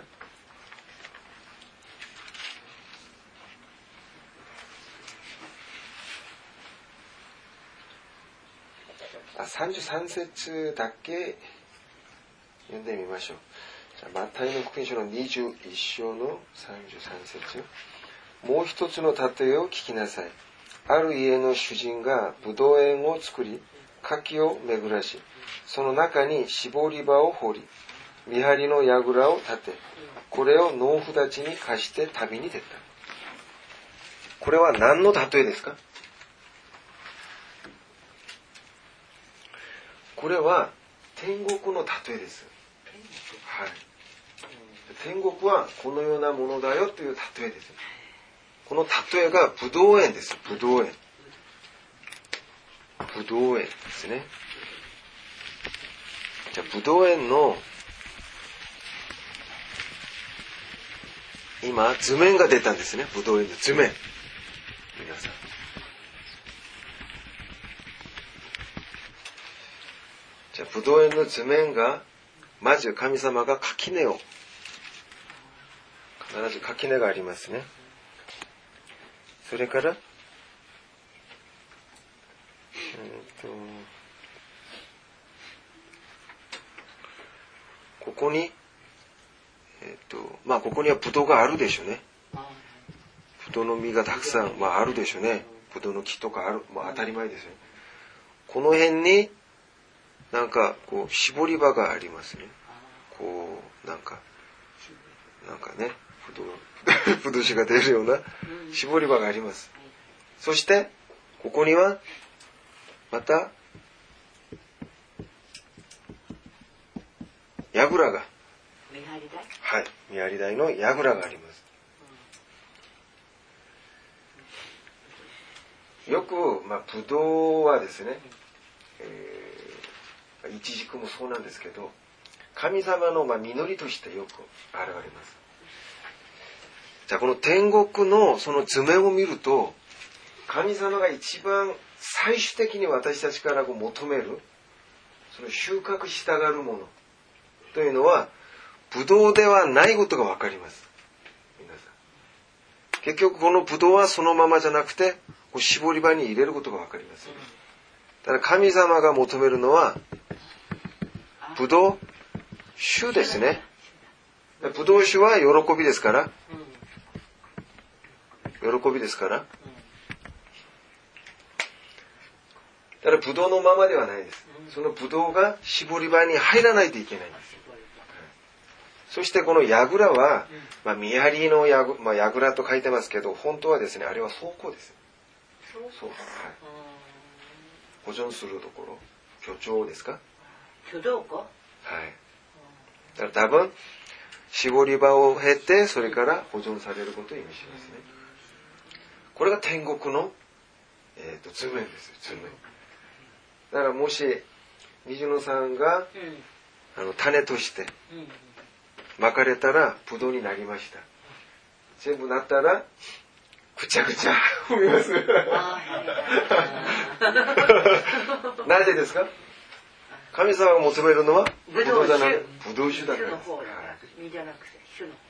あ、さんじゅうさん節だけ読んでみましょう。じゃあマタイの福音書のにじゅういっ章のさんじゅうさん節。もう一つの例えを聞きなさい。ある家の主人がブドウ園を作り、柿を巡らし、その中に絞り場を掘り、見張りの櫓を立て、これを農夫たちに貸して旅に出た。これは何の例えですか？これは天国の例えです。はい。天国はこのようなものだよという例えです。この例えがブドウ園です。ブドウ園。ブドウ園ですね。じゃあブドウ園の今図面が出たんですね。ブドウ園の図面。皆さん。じゃあブドウ園の図面が、まず神様が垣根を、必ず垣根がありますね。それから、えー、とここに、えー、とまあここにはブドウがあるでしょうね。ブドウの実がたくさん、まあ、あるでしょうね。ブドウの木とかある、まあ、当たり前ですよね。この辺になんかこう絞り場がありますね。こうなんかなんかね、ブドウブドウ酒が出るような絞り場があります。そしてここにはまた櫓が、 見張り台、 はい、見張り台の櫓があります。よくまあブドウはですね、えー、イチジクもそうなんですけど、神様のまあ実りとしてよく現れます。じゃあこの天国のその図面を見ると、神様が一番最終的に私たちからこう求める、その収穫したがるものというのはブドウではないことがわかります。皆さん、結局このブドウはそのままじゃなくて、こう絞り場に入れることがわかります。ただ神様が求めるのはブドウ酒ですね。ブドウ酒は喜びですから、喜びですから。だからブドウのままではないです。そのブドウが絞り場に入らないといけないんです。そしてこの櫓は、まあ、見張りの櫓、まあ、櫓と書いてますけど、本当はですね、あれは倉庫です。そう、はい。保存するところ、居庁ですか？ 居城庫？ はい。だから多分絞り場を経て、それから保存されることを意味しますね。これが天国の、えーと、図面です。図面。だからもし水野さんが、うん、あの種としてまかれたらブドウになりました。全部なったらぐちゃぐちゃ踏みます。なぜですか？神様が求めるのはブドウじゃなくてブドウ酒だからです。 実じゃなくて酒の。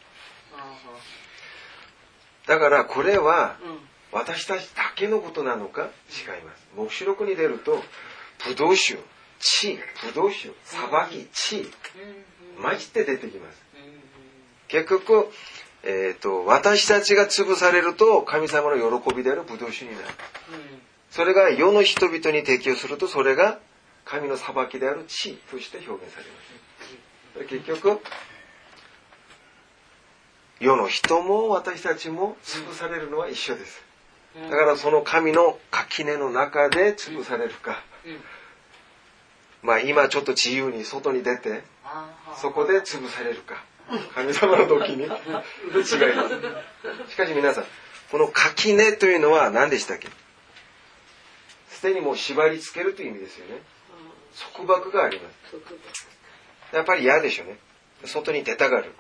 だからこれは私たちだけのことなのか違います。黙示録に出るとブドウ酒、地、ブドウ酒、裁き、地、混じって出てきます。結局、えーと、私たちが潰されると神様の喜びであるブドウ酒になる。それが世の人々に適用すると、それが神の裁きである地として表現されます。結局、 世の人も私たちも潰されるのは一緒です。だからその神の垣根の中で潰されるか、まあ今ちょっと自由に外に出てそこで潰されるか、神様の時に違います。しかし皆さん、この垣根というのは何でしたっけ？すでにもう縛り付けるという意味ですよね。束縛があります。やっぱり嫌でしょうね。外に出たがる。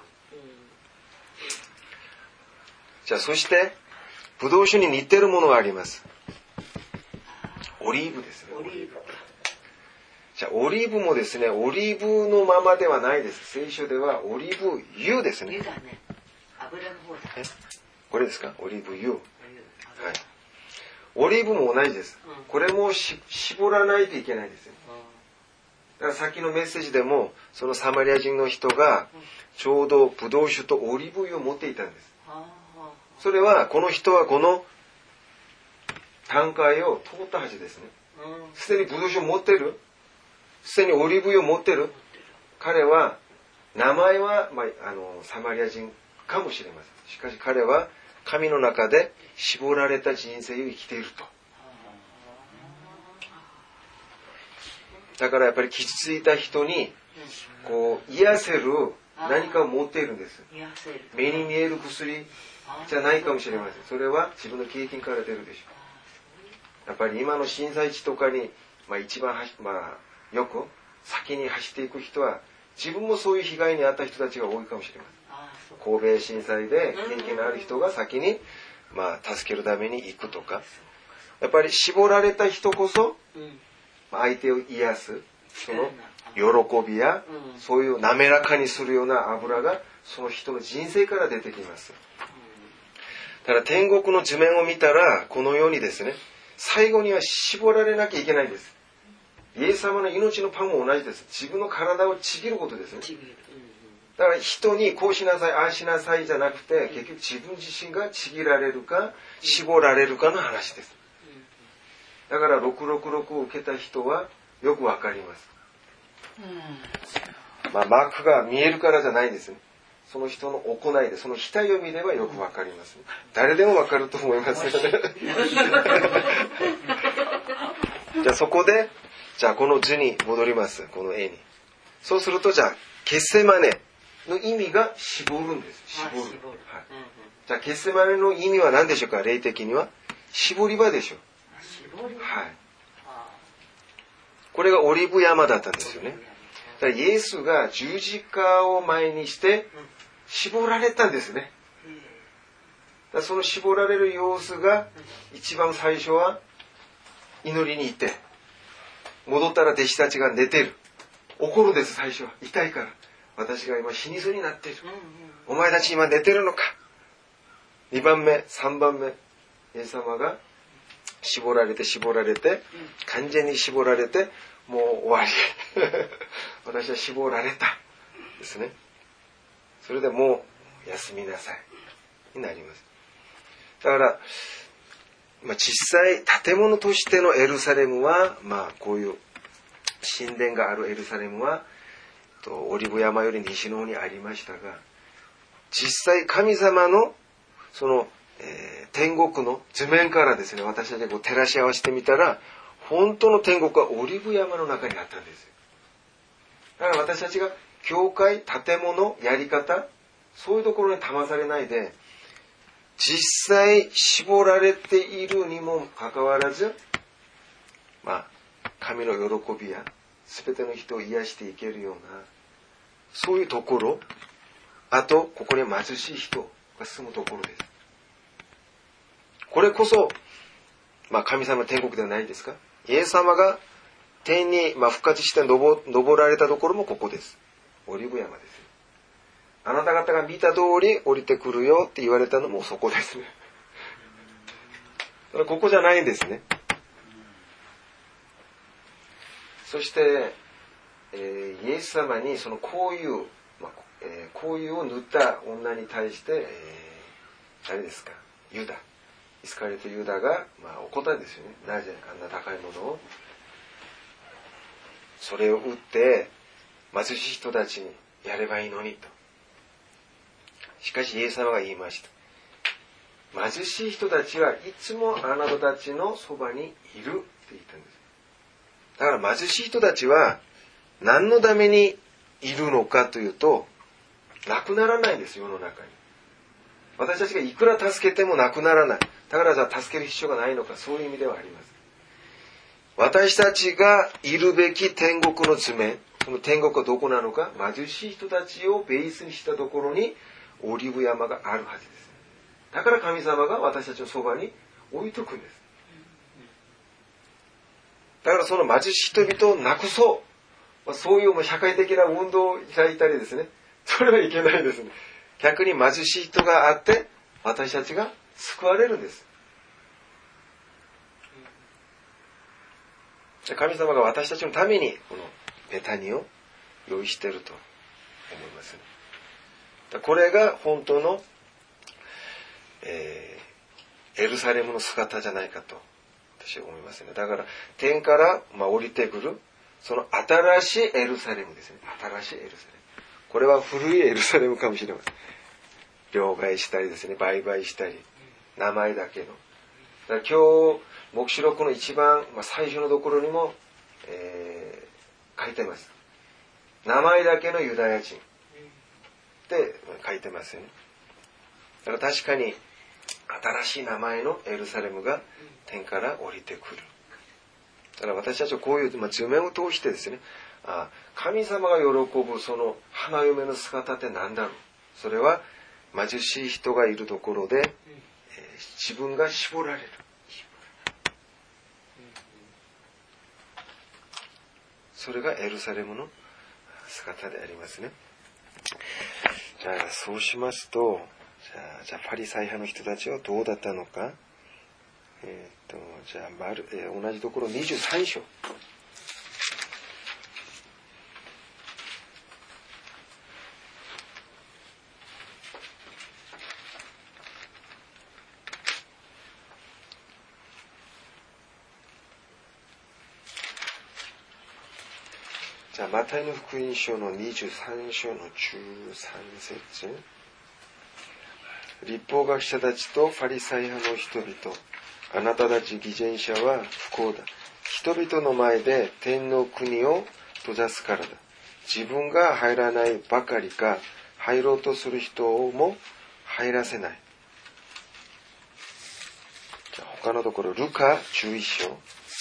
じゃあそしてブドウ酒に似てるものがあります。オリーブですね。オリーブ。じゃあオリーブもですね、オリーブのままではないです。聖書ではオリーブ油ですね。 油だね。油の方だ。 え、これですか？オリーブ油。はい。オリーブも同じです。これもし絞らないといけないですよ。だからさっきのメッセージでも、そのサマリア人の人がちょうどブドウ酒とオリーブ油を持っていたんです。それはこの人はこの段階を通ったはずですね。すでにブドウ酒を持ってる、すでにオリーブ油を持ってる。彼は名前は、まあ、あのサマリア人かもしれません。しかし彼は神の中で絞られた人生を生きていると。だからやっぱり傷ついた人にこう癒せる何かを持っているんです。目に見える薬じゃないかもしれません。それは自分の経験から出るでしょう。やっぱり今の震災地とかに、まあ、一番はし、まあ、よく先に走っていく人は自分もそういう被害に遭った人たちが多いかもしれません。神戸震災で経験のある人が先に、まあ、助けるために行くとか、やっぱり絞られた人こそ相手を癒すその喜びやそういう滑らかにするような油がその人の人生から出てきます。ただ天国の図面を見たらこのようにですね、最後には絞られなきゃいけないんです。イエス様の命のパンも同じです。自分の体をちぎることですね。だから人にこうしなさいああしなさいじゃなくて、結局自分自身がちぎられるか絞られるかの話です。だからろくろくろくを受けた人はよくわかります。まあ、マークが見えるからじゃないですね。その人の行いで、その額を見ればよくわかります、ね。誰でもわかると思いますよね。じゃあそこで、じゃあこの図に戻ります。この絵に。そうすると、じゃあ、ケッセマネの意味が絞るんです。絞る。はい、じゃあ、ケッセマネの意味は何でしょうか？霊的には。絞り場でしょう。はい。これがオリーブ山だったんですよね。だからイエスが十字架を前にして絞られたんですね。だからその絞られる様子が一番最初は祈りに行って戻ったら弟子たちが寝てる。怒るんです。最初は痛いから、私が今死にそうになっている、お前たち今寝てるのか。にばんめさんばんめ、イエス様が絞られて絞られて完全に絞られてもう終わり私は絞られたですね。それでもう休みなさいになります。だから、まあ、実際建物としてのエルサレムは、まあ、こういう神殿があるエルサレムはとオリブ山より西の方にありましたが、実際神様のそのえー、天国の図面からですね、私たちがこう照らし合わせてみたら、本当の天国はオリブ山の中にあったんですよ。だから私たちが教会、建物、やり方、そういうところに騙されないで、実際絞られているにもかかわらず、まあ、神の喜びや全ての人を癒していけるような、そういうところ、あと、ここに貧しい人が住むところです。これこそ、まあ、神様の天国ではないですか。イエス様が天に、まあ、復活して登、登られたところもここです。オリブ山です。あなた方が見た通り降りてくるよって言われたのもそこですね。だからここじゃないんですね。そして、えー、イエス様にその香油、まあえー、香油を塗った女に対して、えー、誰ですか、ユダ。イスカリオテユダが、まあ、怒ったんですよね。なぜあんな高いものを、それを売って貧しい人たちにやればいいのにと。 しかしイエス様が言いました。貧しい人たちはいつもあなたたちのそばにいるって言ったんです。だから貧しい人たちは何のためにいるのかというと、なくならないんです、世の中に。私たちがいくら助けてもなくならない。だからじゃあ助ける必要がないのか、そういう意味ではあります。私たちがいるべき天国の図面、その天国はどこなのか、貧しい人たちをベースにしたところにオリーブ山があるはずです。だから神様が私たちのそばに置いとくんです。だからその貧しい人々をなくそう。そういう社会的な運動を開いたりですね。それはいけないですね。逆に貧しい人があって、私たちが救われるんです。神様が私たちのためにこのベタニを用意していると思いますね。これが本当の、えー、エルサレムの姿じゃないかと私は思いますね。だから天から、まあ、降りてくるその新しいエルサレムですね。新しいエルサレム。これは古いエルサレムかもしれません。両替したりですね、売買したり、名前だけの。だから今日黙示録の一番、まあ、最初のところにも、えー、書いてます。名前だけのユダヤ人って書いてますよね。だから確かに新しい名前のエルサレムが天から降りてくる。だから私たちはこういう、まあ、図面を通してですね、あ、神様が喜ぶその花嫁の姿って何だろう。それは貧しい人がいるところで、えー、自分が絞られる。それがエルサレムの姿でありますね。じゃあそうしますと、じゃあ、じゃあパリサイ派の人たちはどうだったのか。えー、とじゃあ、丸えー、同じところにじゅうさん章。じゃあマタイの福音書のにじゅうさん章のじゅうさん節。律法学者たちとファリサイ派の人々、あなたたち偽善者は不幸だ。人々の前で天の国を閉ざすからだ。自分が入らないばかりか、入ろうとする人も入らせない。じゃあ他のところ、ルカじゅういち章。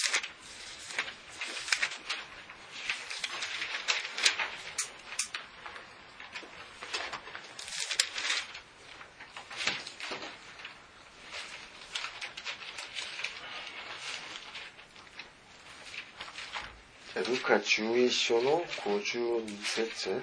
ルカじゅういち章のごじゅうに節。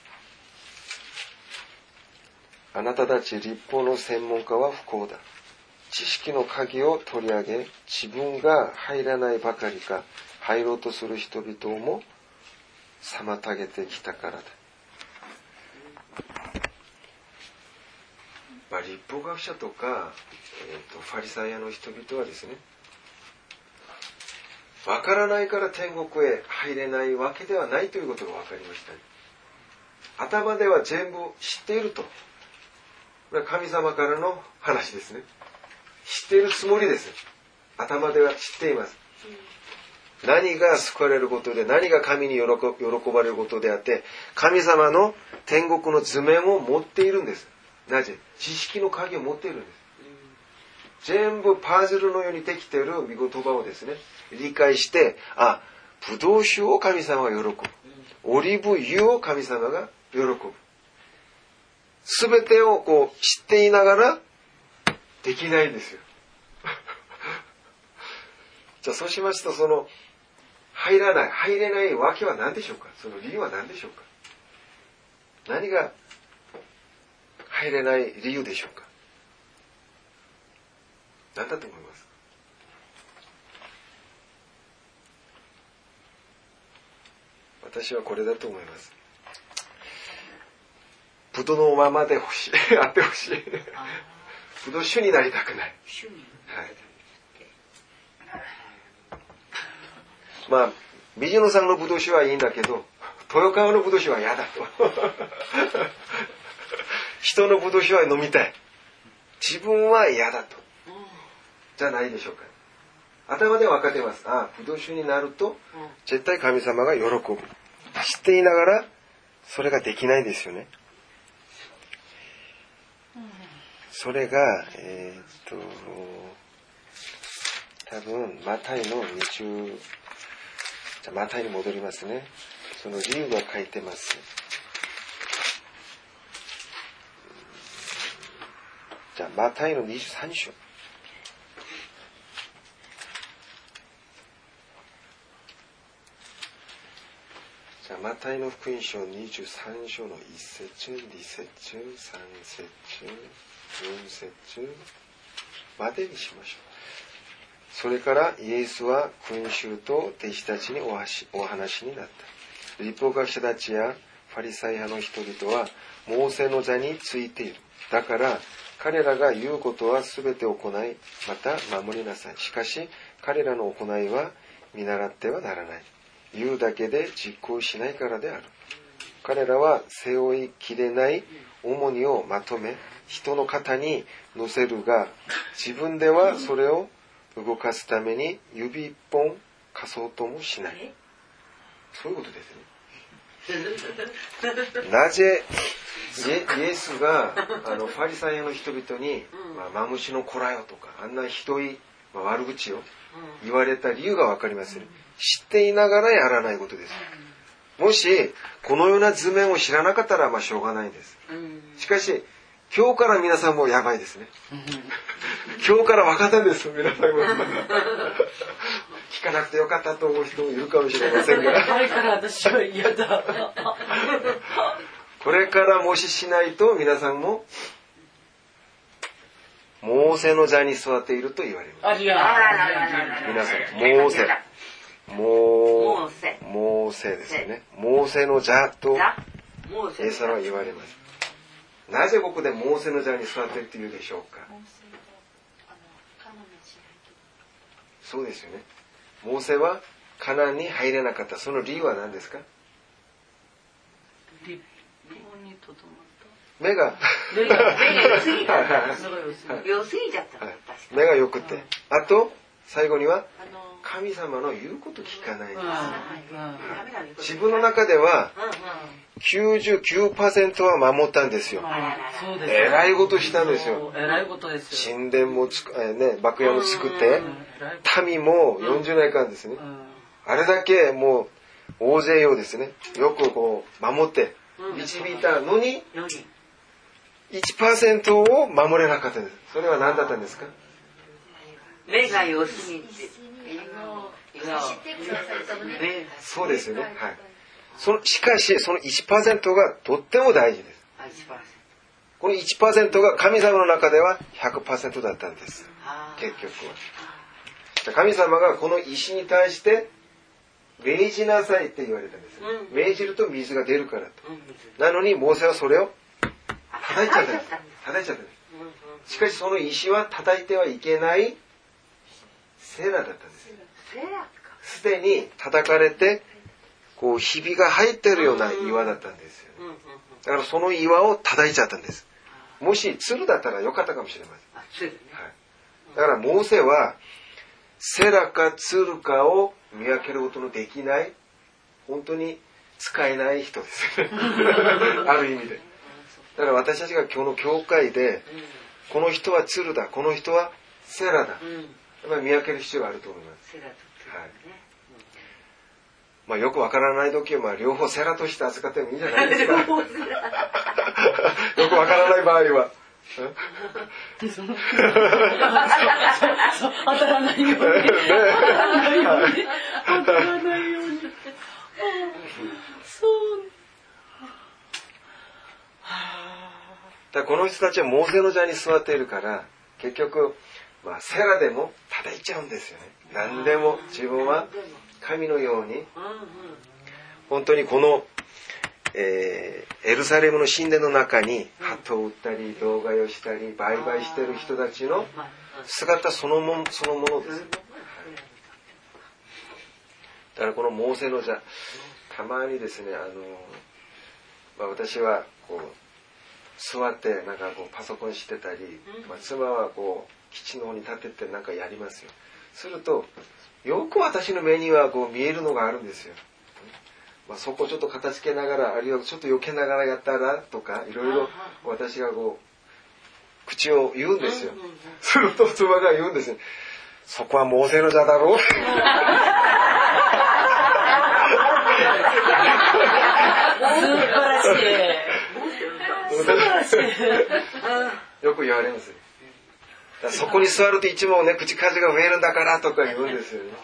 あなたたち律法の専門家は不幸だ。知識の鍵を取り上げ、自分が入らないばかりか、入ろうとする人々も妨げてきたからだ。まあ、律法学者とか、えーと、ファリサイ派の人々はですね、わからないから天国へ入れないわけではないということが分かりました。頭では全部知っていると。これは神様からの話ですね。知っているつもりです。頭では知っています。何が救われることで、何が神に喜ばれることであって、神様の天国の図面を持っているんです。なぜ？知識の鍵を持っているんです。全部パズルのようにできている御言葉をですね、理解して、あ、ブドウ酒を神様が喜ぶ。オリーブ油を神様が喜ぶ。すべてをこう知っていながらできないんですよ。じゃあそうしますと、その入らない、入れないわけは何でしょうか。その理由は何でしょうか。何が入れない理由でしょうか。何だと思いますか。私はこれだと思います。ブドウのままで欲しい。あってほしい。ブドウ酒になりたくない。はい。まあ、水野さんのブドウ酒はいいんだけど、豊川のブドウ酒は嫌だと。一人のブドウ酒は飲みたい。自分は嫌だと。じゃないでしょうか。頭で分かってます。ああ、ブドウ酒になると絶対神様が喜ぶ。知っていながらそれができないんですよね。それがえー、っと多分マタイのにじゅう、じゃあマタイに戻りますね。その理由が書いてます。じゃあマタイのにじゅうさん章。じゃあマタイの福音書にじゅうさん章のいち節、に節、さん節、よん節までにしましょう。それからイエスは群衆と弟子たちにお話になった。律法学者たちやファリサイ派の人々はモーセの座についている。だから彼らが言うことはすべて行い、また守りなさい。しかし彼らの行いは見習ってはならない。言うだけで実行しないからである。彼らは背負いきれない重荷をまとめ、人の肩に乗せるが、自分ではそれを動かすために指一本貸そうともしない。そういうことですね。なぜイエスがあのファリサイ派の人々に、まあ、マムシの子らよとかあんなひどい、まあ、悪口を言われた理由が分かりますね。知っていながらやらないことです。もしこのような図面を知らなかったらまあしょうがないんです。しかし今日から皆さんもやばいですね。今日から分かったんですよ、皆さんも。聞かなくてよかったと思う人もいるかもしれませんが。 これから私は嫌だ。 これからもししないと皆さんもモーセの座に座っていると言われます。皆さん、モーセ。モーセ。モーセですよね。モーセの座とイエス様は言われます。なぜここでモーセの座に座っているというでしょうか。そうですよね。モーセはカナンに入れなかった。その理由は何ですか。目が目が良すぎた。良すぎちゃった。 目が良くて、あと最後には神様の言うこと聞かないんです。自分の中では きゅうじゅうきゅうパーセント は守ったんですよ。えらいことしたんですよ。神殿もつく、えーね、幕屋も作って民もよんじゅうねんかんですね。あれだけもう大勢をですね、よくこう守って導いたのに いちパーセント を守れなかったんです。それは何だったんですか。 目が良すぎて。 そうですよね。はい。そのしかしその いちパーセント がとっても大事です。この いちパーセント が神様の中では ひゃくパーセント だったんです。結局は。神様がこの石に対して命じなさいって言われたんです。命じると水が出るからと。なのにモーセはそれを叩いちゃったんです。叩いちゃったんです。しかしその石は叩いてはいけないセラだったんです。すでに叩かれてこうひびが入っているような岩だったんですよ、ね。だからその岩を叩いちゃったんです。もし鶴だったらよかったかもしれません。はい、だからモーセはセラか鶴かを見分けることのできない本当に使えない人です。ある意味で。だから私たちが今日の教会でこの人は鶴だ、この人はセラだ、やっぱり見分ける必要があると思います。はい、まあ、よくわからない時はまあ両方セラとして扱ってもいいんじゃないですか。よくわからない場合は当たらないように当たらないように当たらないようにそうだこの人たちはモーセの座に座っているから結局、まあ、セラでも叩いちゃうんですよね。何でも自分は神のように本当にこの、えー、エルサレムの神殿の中に鳩を売ったり動画をしたり売買している人たちの姿そのもの、そのものです。だからこのモーセの座たまにですねあの、まあ、私はこう座ってなんかこうパソコンしてたり、まあ、妻はこう基地の方に立ってってなんかやりますよ。するとよく私の目にはこう見えるのがあるんですよ。まあ、そこをちょっと片付けながら、あるいはちょっと避けながらやったらとか、いろいろ私がこう口を言うんですよ。すると妻が言うんですよ。そこはモーセの座だろう。 素晴らしい。素晴らしい。 よく言われます。だそこに座るといつもね、口数が増えるんだからとか言うんですよね。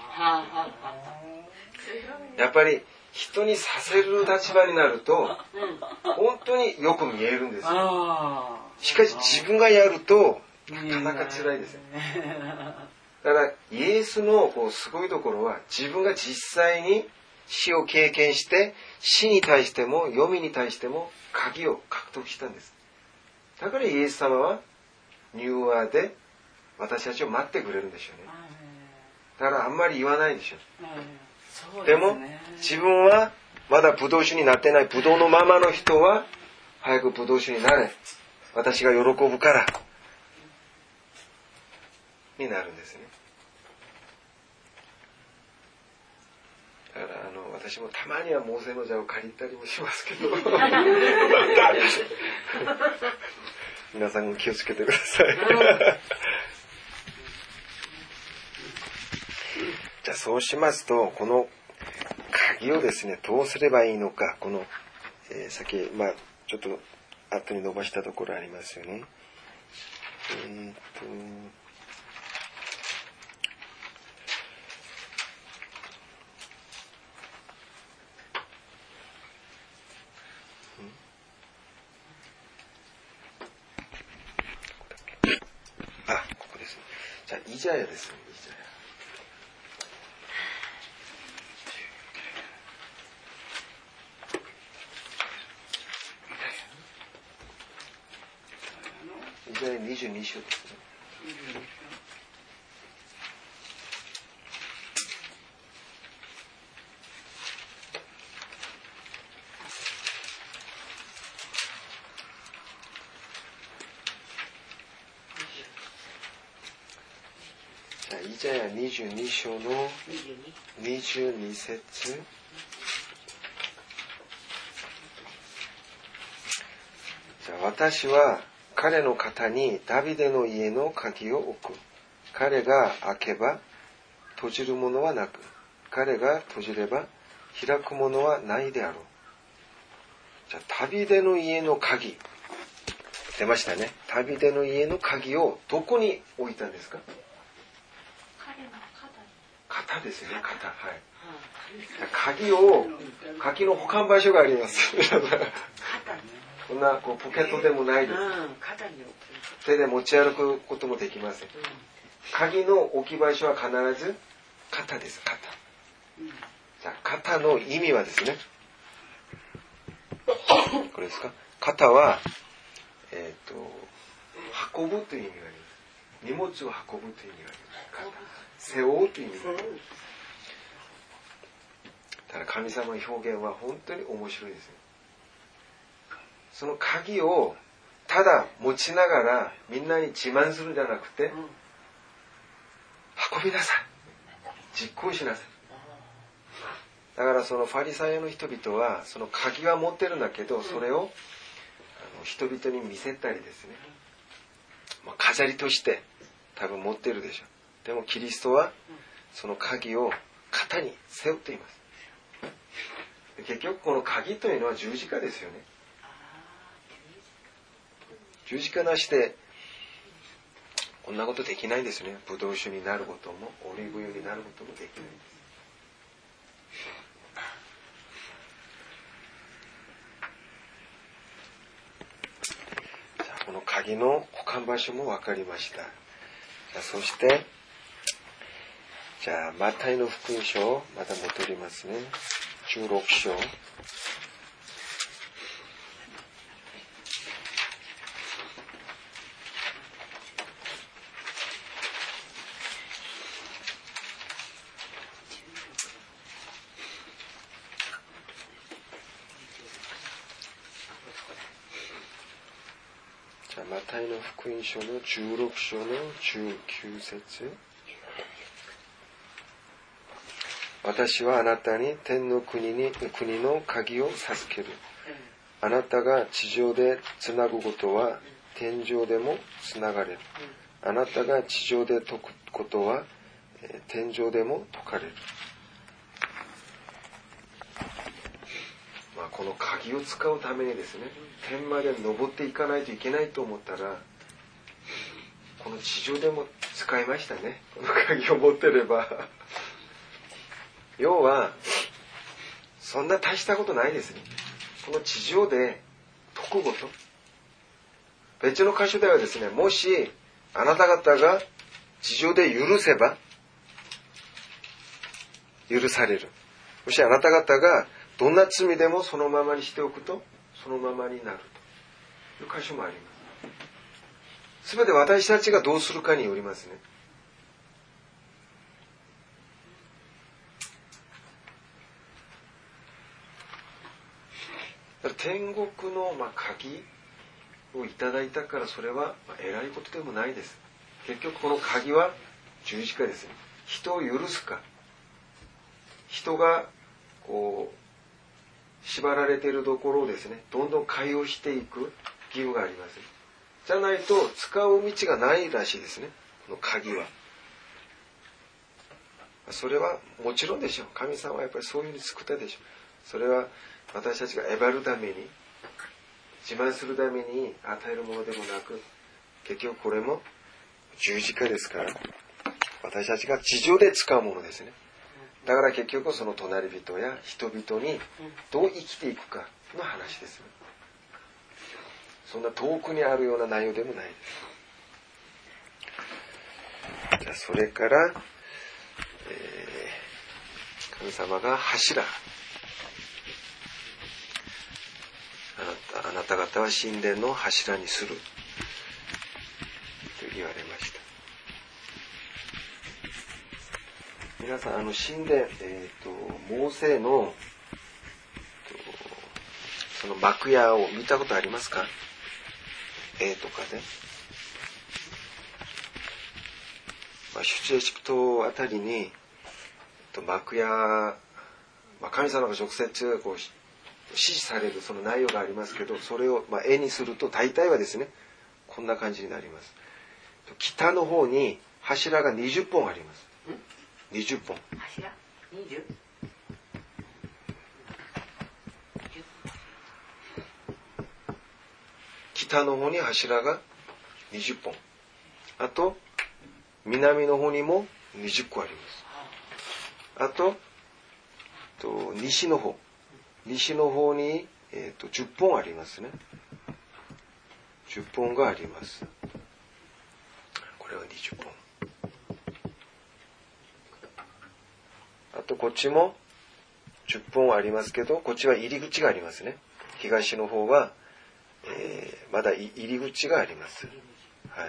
やっぱり人にさせる立場になると、本当によく見えるんですよ。しかし自分がやると、なかなか辛いですよ。だからイエスのこうすごいところは、自分が実際に死を経験して、死に対しても黄泉に対しても鍵を獲得したんです。だからイエス様はニューワーで私たちを待ってくれるんでしょうね。だからあんまり言わないでしょう。でも自分はまだブドウ酒になってないブドウのままの人は早くブドウ酒になれ、私が喜ぶからになるんですね。だからあの私もたまにはモーセの座を借りたりもしますけど皆さんも気をつけてくださいじゃあそうしますと、この鍵をですね、どうすればいいのか、この、えー、先、まあちょっと後に伸ばしたところありますよね。えー、っとあ、ここですね。じゃあイザヤですね。イザヤ。イザヤにじゅうに章ですね。じゃあイザヤにじゅうに章のにじゅうに節。じゃあ私は彼の肩にダビデの家の鍵を置く。彼が開けば閉じるものはなく、彼が閉じれば開くものはないであろう。じゃあダビデの家の鍵出ましたね。ダビデの家の鍵をどこに置いたんですか？ 彼の肩に。 肩ですよね。肩。はい。鍵を鍵の保管場所があります。 肩に。 こんなこうポケットでもないです。 うん、肩に置く。 手で持ち歩くこともできません。うん、鍵の置き場所は必ず肩です。肩。うん、じゃあ肩の意味はですね。これですか？肩は、えっと、運ぶという意味があります。荷物を運ぶという意味があります。肩。背負うという意味があります。だから神様の表現は本当に面白いですね。その鍵をただ持ちながらみんなに自慢するんじゃなくて、運びなさい。実行しなさい。だからそのファリサイの人々はその鍵は持ってるんだけど、それをあの人々に見せたりですね、まあ、飾りとして多分持ってるでしょう。でもキリストはその鍵を肩に背負っています。結局この鍵というのは十字架ですよね。十字架なしでこんなことできないんですね。ブドウ酒になることもオリーブ油になることもできないんです。じゃあこの鍵の保管場所も分かりました。じゃあそしてじゃあマタイの福音書また戻りますね。じゅうろく章。 タイの福音書のじゅうろく章のじゅうきゅう節。私はあなたに天の国に国の鍵を授ける。あなたが地上でつなぐことは天上でもつながれる。あなたが地上で解くことは天上でも解かれる。まあ、この鍵を使うためにですね、天まで登っていかないといけないと思ったら、この地上でも使いましたね。この鍵を持ってれば。要は、そんな大したことないですね。この地上で解くこと。別の箇所ではですね、もしあなた方が地上で許せば、許される。もしあなた方がどんな罪でもそのままにしておくと、そのままになるという箇所もあります。すべて私たちがどうするかによりますね。天国のまあ鍵をいただいたからそれはまあ偉いことでもないです。結局この鍵は十字架ですね。人を許すか、人がこう縛られているところをですね、どんどん解放していく義務があります。じゃないと使う道がないらしいですね、この鍵は。それはもちろんでしょう。神様はやっぱりそういうふうに作ったでしょう。それは私たちがえばるために、自慢するために与えるものでもなく、結局これも十字架ですから、私たちが地上で使うものですね。だから結局その隣人や人々にどう生きていくかの話です。そんな遠くにあるような内容でもないです。じゃあそれから、えー、神様が柱。あなた、あなた方は神殿の柱にすると言われました。皆さん、あの神殿、えっと、モーセのその幕屋を見たことありますか？絵とかね。まあ、出エジプトあたりに幕屋、まあ、神様が直接こう指示されるその内容がありますけど、それをまあ絵にすると大体はですね、こんな感じになります。北の方に柱がにじゅっぽんあります。にじゅっぽん。 柱にじゅう？ 北の方に柱がにじゅっぽん。あと、南の方にもにじゅっこあります。あと、と西の方。西の方に、えー、とじゅっぽんありますね。じゅっぽんがあります。これはにじゅっぽん。あとこっちもじゅっぽんありますけど、こっちは入り口がありますね。東の方は、えー、まだ入り口があります。はい。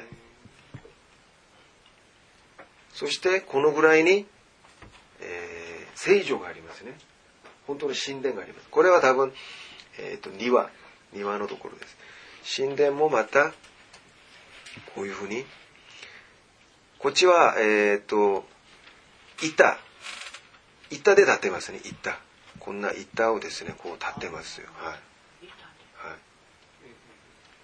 そしてこのぐらいに、えー、聖女がありますね。本当の神殿があります。これは多分、えー、と庭庭のところです。神殿もまたこういうふうに、こっちはえっ、ー、と板板で建てますね。板、こんな板をですね、こう建てますよ。はい、はい、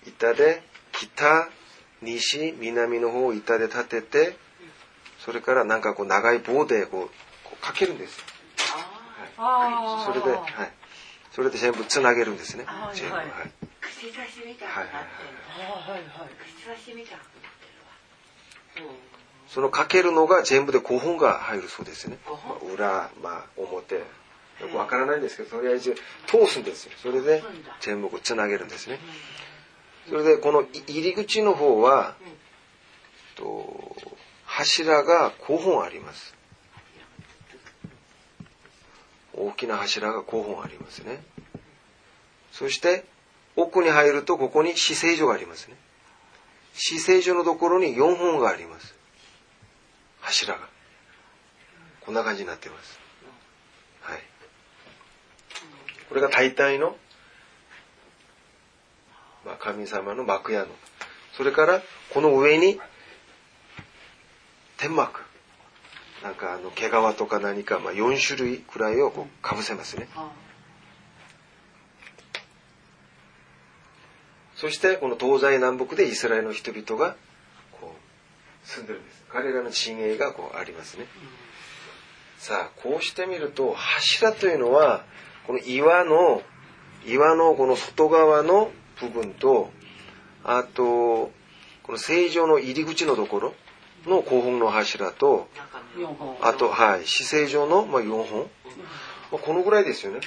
板で北西南の方を板で建てて、それからなんかこう長い棒でこう、こうかけるんですよ。はい、それで、はい、それで全部つなげるんですね。全部、はい。 串刺しみたいになってる。串刺しみたいになってるわ。 そのかけるのが全部でごほんが入るそうですね。まあ、裏、まあ、表、よくわからないんですけど、とりあえず通すんですよ。それで全部つなげるんですね。それでこの入り口の方は、と柱がごほんあります。大きな柱がごほんありますね。そして奥に入るとここに至聖所がありますね。至聖所のところによんほんがあります。柱がこんな感じになっています。はい。これが大体の、まあ、神様の幕屋のそれからこの上に天幕、なんかあの毛皮とか何か、まあ、よん種類くらいをこうかぶせますね。そしてこの東西南北でイスラエルの人々がこう住んでるんです。彼らの陣営がこうありますね。さあこうしてみると柱というのはこの岩の岩のこの外側の部分と、あとこの正常の入り口のところの後方の柱と、あとはい四正常のまあよんほん、まあ、このぐらいですよね。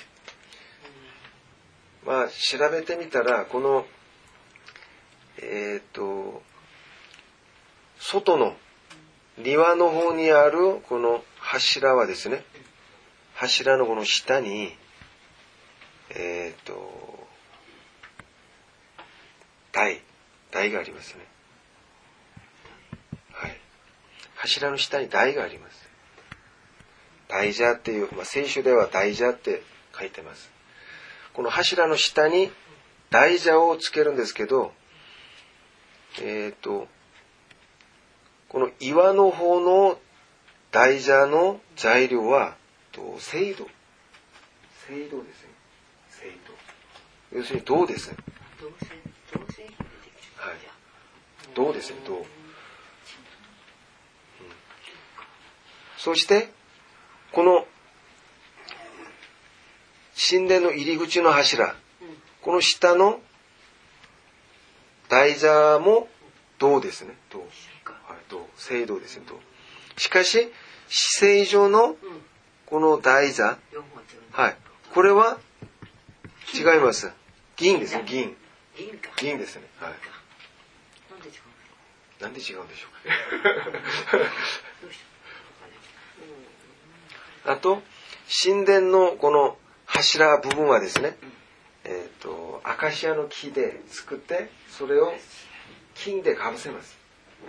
まあ調べてみたらこのえっと外の庭の方にあるこの柱はですね、柱のこの下にえっと台台がありますね。はい、柱の下に台があります。台座っていう、まあ、聖書では台座って書いてます。この柱の下に台座をつけるんですけど、えっとこの岩の方の台座の材料は青銅、青銅ですね。青銅、要するに銅ですね。はい、銅ですね、銅、うん、そしてこの神殿の入り口の柱、この下の台座も銅ですね。銅、はい、銅、青銅ですね。銅。しかし四正常のこの台座、はい、これは違います。銀ですね。銀。銀ですね。はい。なんで違うんでしょうか。あと神殿のこの柱部分はですね、えっとアカシアの木で作ってそれを金でかぶせます。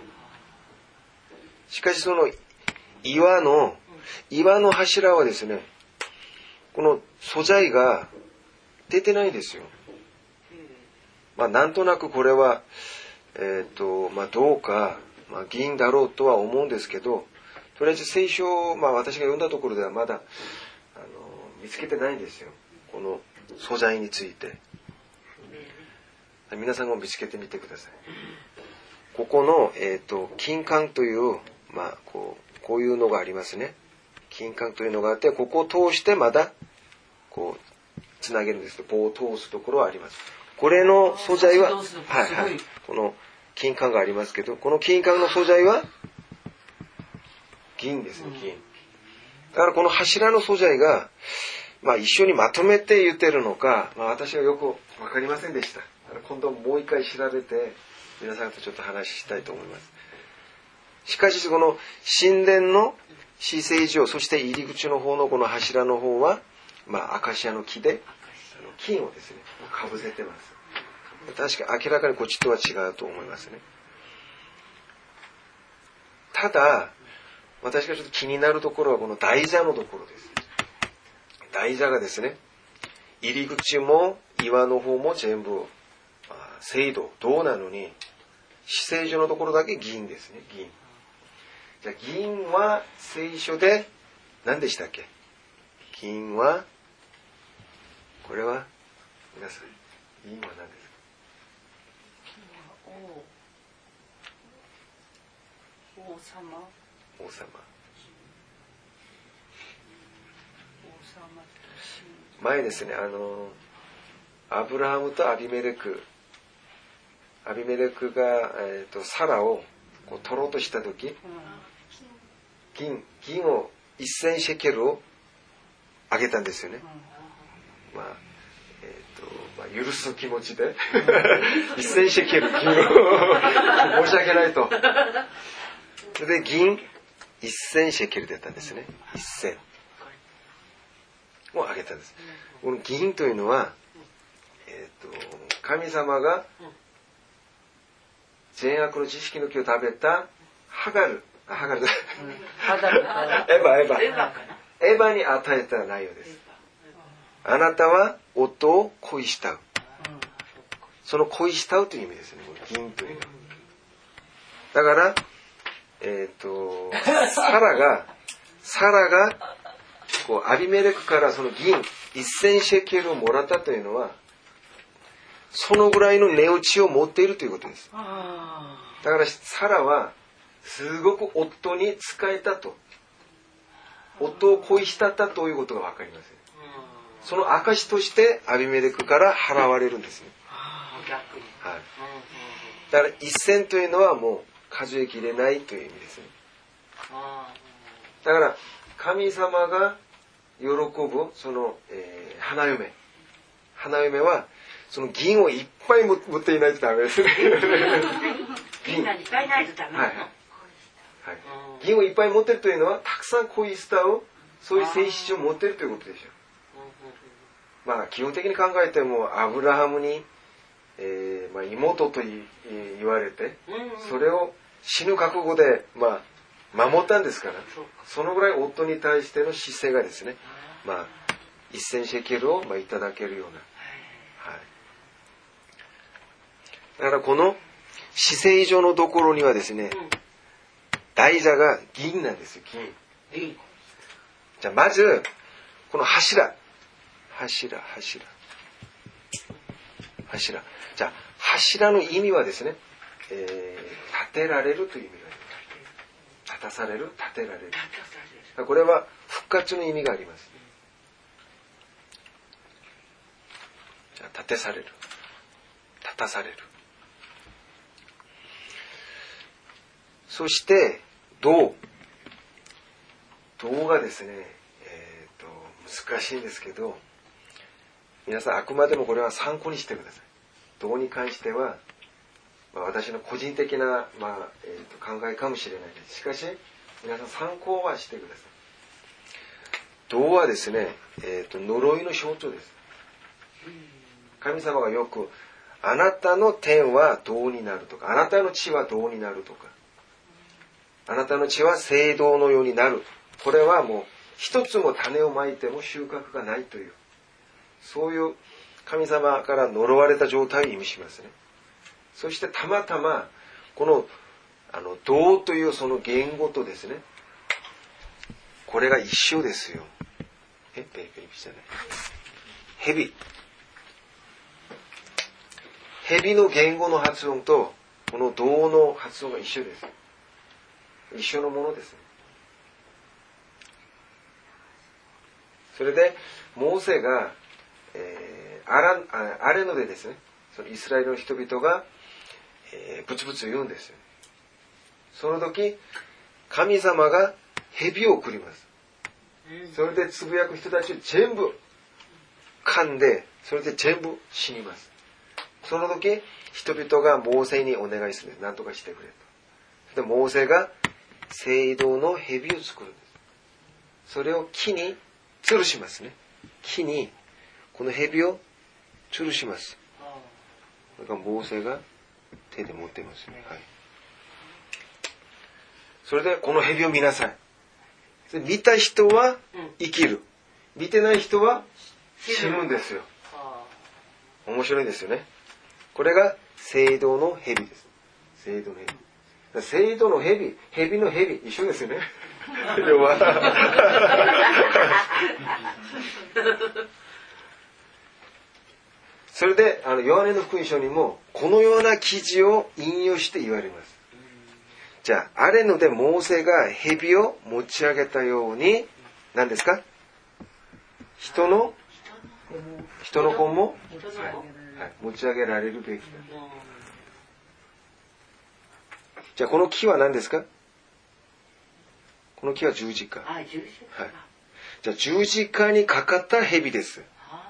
しかしその岩の岩の柱はですね、この素材が出てないですよ。まあなんとなくこれはえっとまあどうか、まあ、銀だろうとは思うんですけど、とりあえず聖書を、まあ、私が読んだところではまだあの見つけてないんですよ、この素材について。皆さんも見つけてみてください。ここの、えーと、金管という、まあ、こう、こういうのがありますね。金管というのがあって、ここを通してまだこうつなげるんですけど、棒を通すところはあります。これの素材は、はいはい、この金管がありますけど、この金管の素材は銀ですね、銀。だからこの柱の素材が、まあ、一緒にまとめて言ってるのか、まあ、私はよくわかりませんでした。今度もう一回調べて皆さんとちょっと話したいと思います。しかしこの神殿の四正常、そして入り口の方のこの柱の方は、まあ、アカシアの木で金をですねかぶせてます。確か明らかにこっちとは違うと思いますね。ただ私がちょっと気になるところはこの台座のところです。台座がですね、入り口も岩の方も全部青銅、銅なのに四正常のところだけ銀ですね、銀。じゃあ銀は聖書で何でしたっけ？銀はこれは皆さん、銀は何ですか？ 王王様王様。前ですね、あのアブラハムとアビメレク、アビメレクが、えー、とサラをこう取ろうとした時、うん、銀銀を一千シェケルをあげたんですよね。うん、まあえーとまあ、許す気持ちで一千シェケル銀を申し訳ないと。それで銀一千シェケルだったんですね。一千をあげたんです。この銀というのは、えー、と神様が善悪の知識の木を食べたハガル、あハガルだ、エバエバエバに与えた内容です。あなたは夫を恋したう。その恋したうという意味ですね。銀というのは。 だから、えっと、サラが、サラが、こう、アビメレクからその銀、せんシェケルをもらったというのは、そのぐらいの値打ちを持っているということです。だからサラは、すごく夫に仕えたと。夫を恋したったということがわかります。その証としてアビメレクから払われるんですね。はい、だから一銭というのはもう数えきれないという意味ですね。だから神様が喜ぶその、えー、花嫁花嫁はその銀をいっぱい持っていないとダメですね。 銀がいっぱいないとダメなの、はいはい、 銀をいっぱい持っているというのはたくさん恋スターをそういう性質を持っているということでしょう。まあ基本的に考えてもアブラハムに、えーまあ、妹と言われてそれを死ぬ覚悟で、まあ、守ったんですから、そのぐらい夫に対しての姿勢がですね、まあ、せんシェケルを、まあ、いただけるような、はい、だからこの姿勢上のところにはですね、台座が銀なんですよ。銀。じゃあまずこの柱柱柱柱じゃあ柱の意味はですね、えー、立てられるという意味があります。立たされる、立てられる。これは復活の意味があります。じゃあ立てされる、立たされる。そして銅銅がですね、えーと、難しいんですけど、皆さんあくまでもこれは参考にしてください。銅に関しては、まあ、私の個人的な、まあえー、と考えかもしれないです。しかし皆さん参考はしてください。銅はですね、えー、と呪いの象徴です。神様がよくあなたの天は銅になるとか、あなたの地は銅になるとか、あなたの地は青銅のようになる。これはもう一つも種をまいても収穫がないという、そういう神様から呪われた状態を意味しますね。そしてたまたまこのあの銅というその言語とですね、これが一緒ですよ。え、ベイベイじゃない。蛇。蛇の言語の発音とこの銅の発音が一緒です。一緒のものですね。それでモーセが、えー、アラアレノでですね、そのイスラエルの人々が、えー、ブツブツ言うんですよ。その時神様が蛇を送ります。それでつぶやく人たちを全部噛んで、それで全部死にます。その時人々がモーセにお願いするんです。何とかしてくれと。でモーセが青銅の蛇を作るんです。それを木に吊るしますね。木にこの蛇を吊るします。だからモーセが手で持ってますね。はい。それでこの蛇を見なさい。見た人は生きる。見てない人は死ぬんですよ。面白いですよね。これが青銅の蛇です。青銅の蛇。青銅の蛇、蛇の蛇、一緒ですよね。要はそれであのヨハネの福音書にもこのような記事を引用して言われます。じゃあアレノでモーセが蛇を持ち上げたように、何ですか？人の人の子も、はいはい、持ち上げられるべきだ。じゃあこの木は何ですか？この木は十字架。 あ、十字架。 はい。じゃあ十字架にかかった蛇です。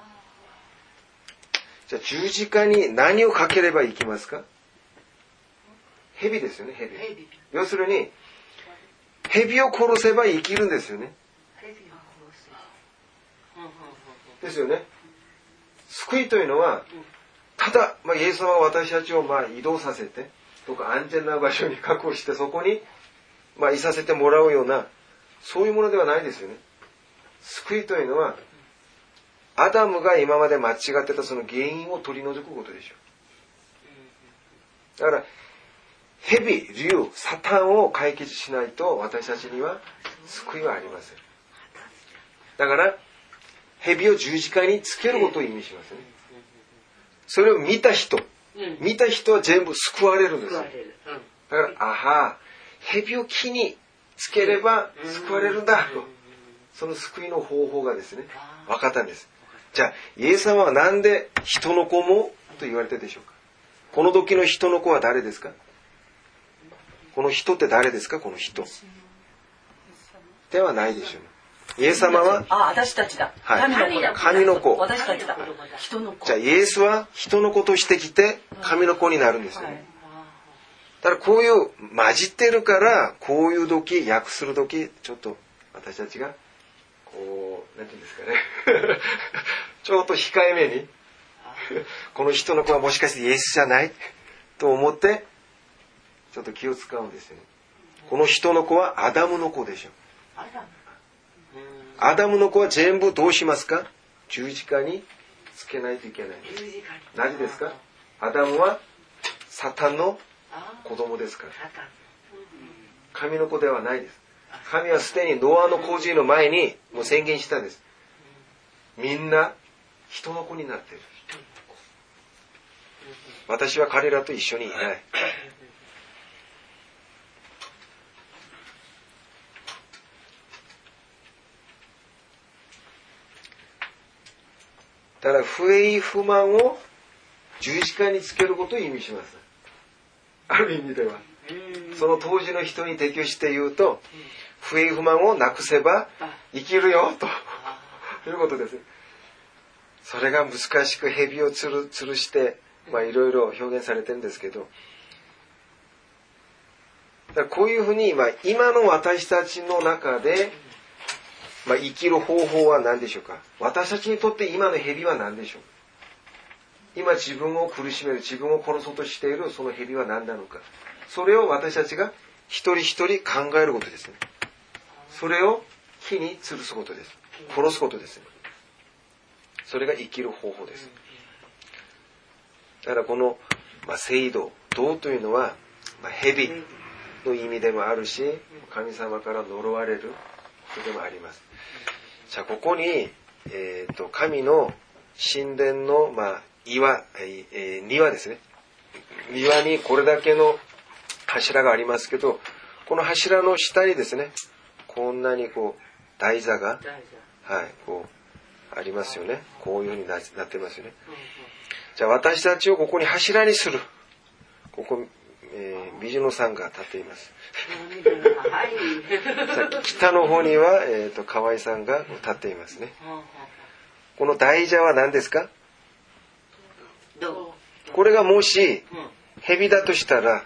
じゃあ十字架に何をかければいきますか？蛇ですよね、蛇。蛇。要するに蛇を殺せば生きるんですよね。蛇を殺す。ですよね。救いというのはただ、まあ、イエス様は私たちをまあ移動させてとか安全な場所に確保してそこにまあいさせてもらうようなそういうものではないですよね。救いというのはアダムが今まで間違ってたその原因を取り除くことでしょう。だから蛇、竜、サタンを解決しないと私たちには救いはありません。だから蛇を十字架につけることを意味しますね。それを見た人、見た人は全部救われるんですよ。だから、あは、蛇を木につければ救われるんだと、その救いの方法がですね、分かったんです。じゃあイエス様はなんで人の子もと言われたでしょうか。この時の人の子は誰ですか。この人って誰ですか。この人ではないでしょうね。イエス様は、 あ、私たちだ。 はい、 神の子だ。 神の子。 私たちだ。人の子。 じゃあイエスは人の子としてきて神の子になるんですよね。だからこういう混じってるから、こういう時、訳する時、ちょっと私たちがこうなんていうんですかねちょっと控えめにこの人の子はもしかしてイエスじゃないと思ってちょっと気を使うんですよね。この人の子はアダムの子でしょ。アダムの子は全部どうしますか。十字架につけないといけない。なぜですか。アダムはサタンの子供ですから。神の子ではないです。神はすでにノアの洪水の前にもう宣言したんです。みんな人の子になっている。私は彼らと一緒にいない。だから不平不満を十字架につけることを意味します。ある意味ではその当時の人に適応して言うと、不平不満をなくせば生きるよということです。それが難しく蛇をつる吊るしてまあいろいろ表現されてるんですけど、だからこういうふうに、まあ、今の私たちの中で、まあ、生きる方法は何でしょうか。私たちにとって今の蛇は何でしょう。今自分を苦しめる、自分を殺そうとしているその蛇は何なのか。それを私たちが一人一人考えることですね。それを火に吊るすことです。殺すことですね。それが生きる方法です。だからこの、まあ、聖道、道というのは、まあ、蛇の意味でもあるし、神様から呪われることでもあります。じゃあここに、えーと、神の神殿の、まあ、岩、えー、庭ですね。庭にこれだけの柱がありますけど、この柱の下にですね、こんなにこう台座が、はい、こうありますよね。こういうふうになってますよね。じゃあ私たちをここに柱にする。ここ、えー、美女のさんが立っています。北の方には、えーと、河合さんが立っていますね。この台座は何ですか。これがもし蛇だとしたら、はい、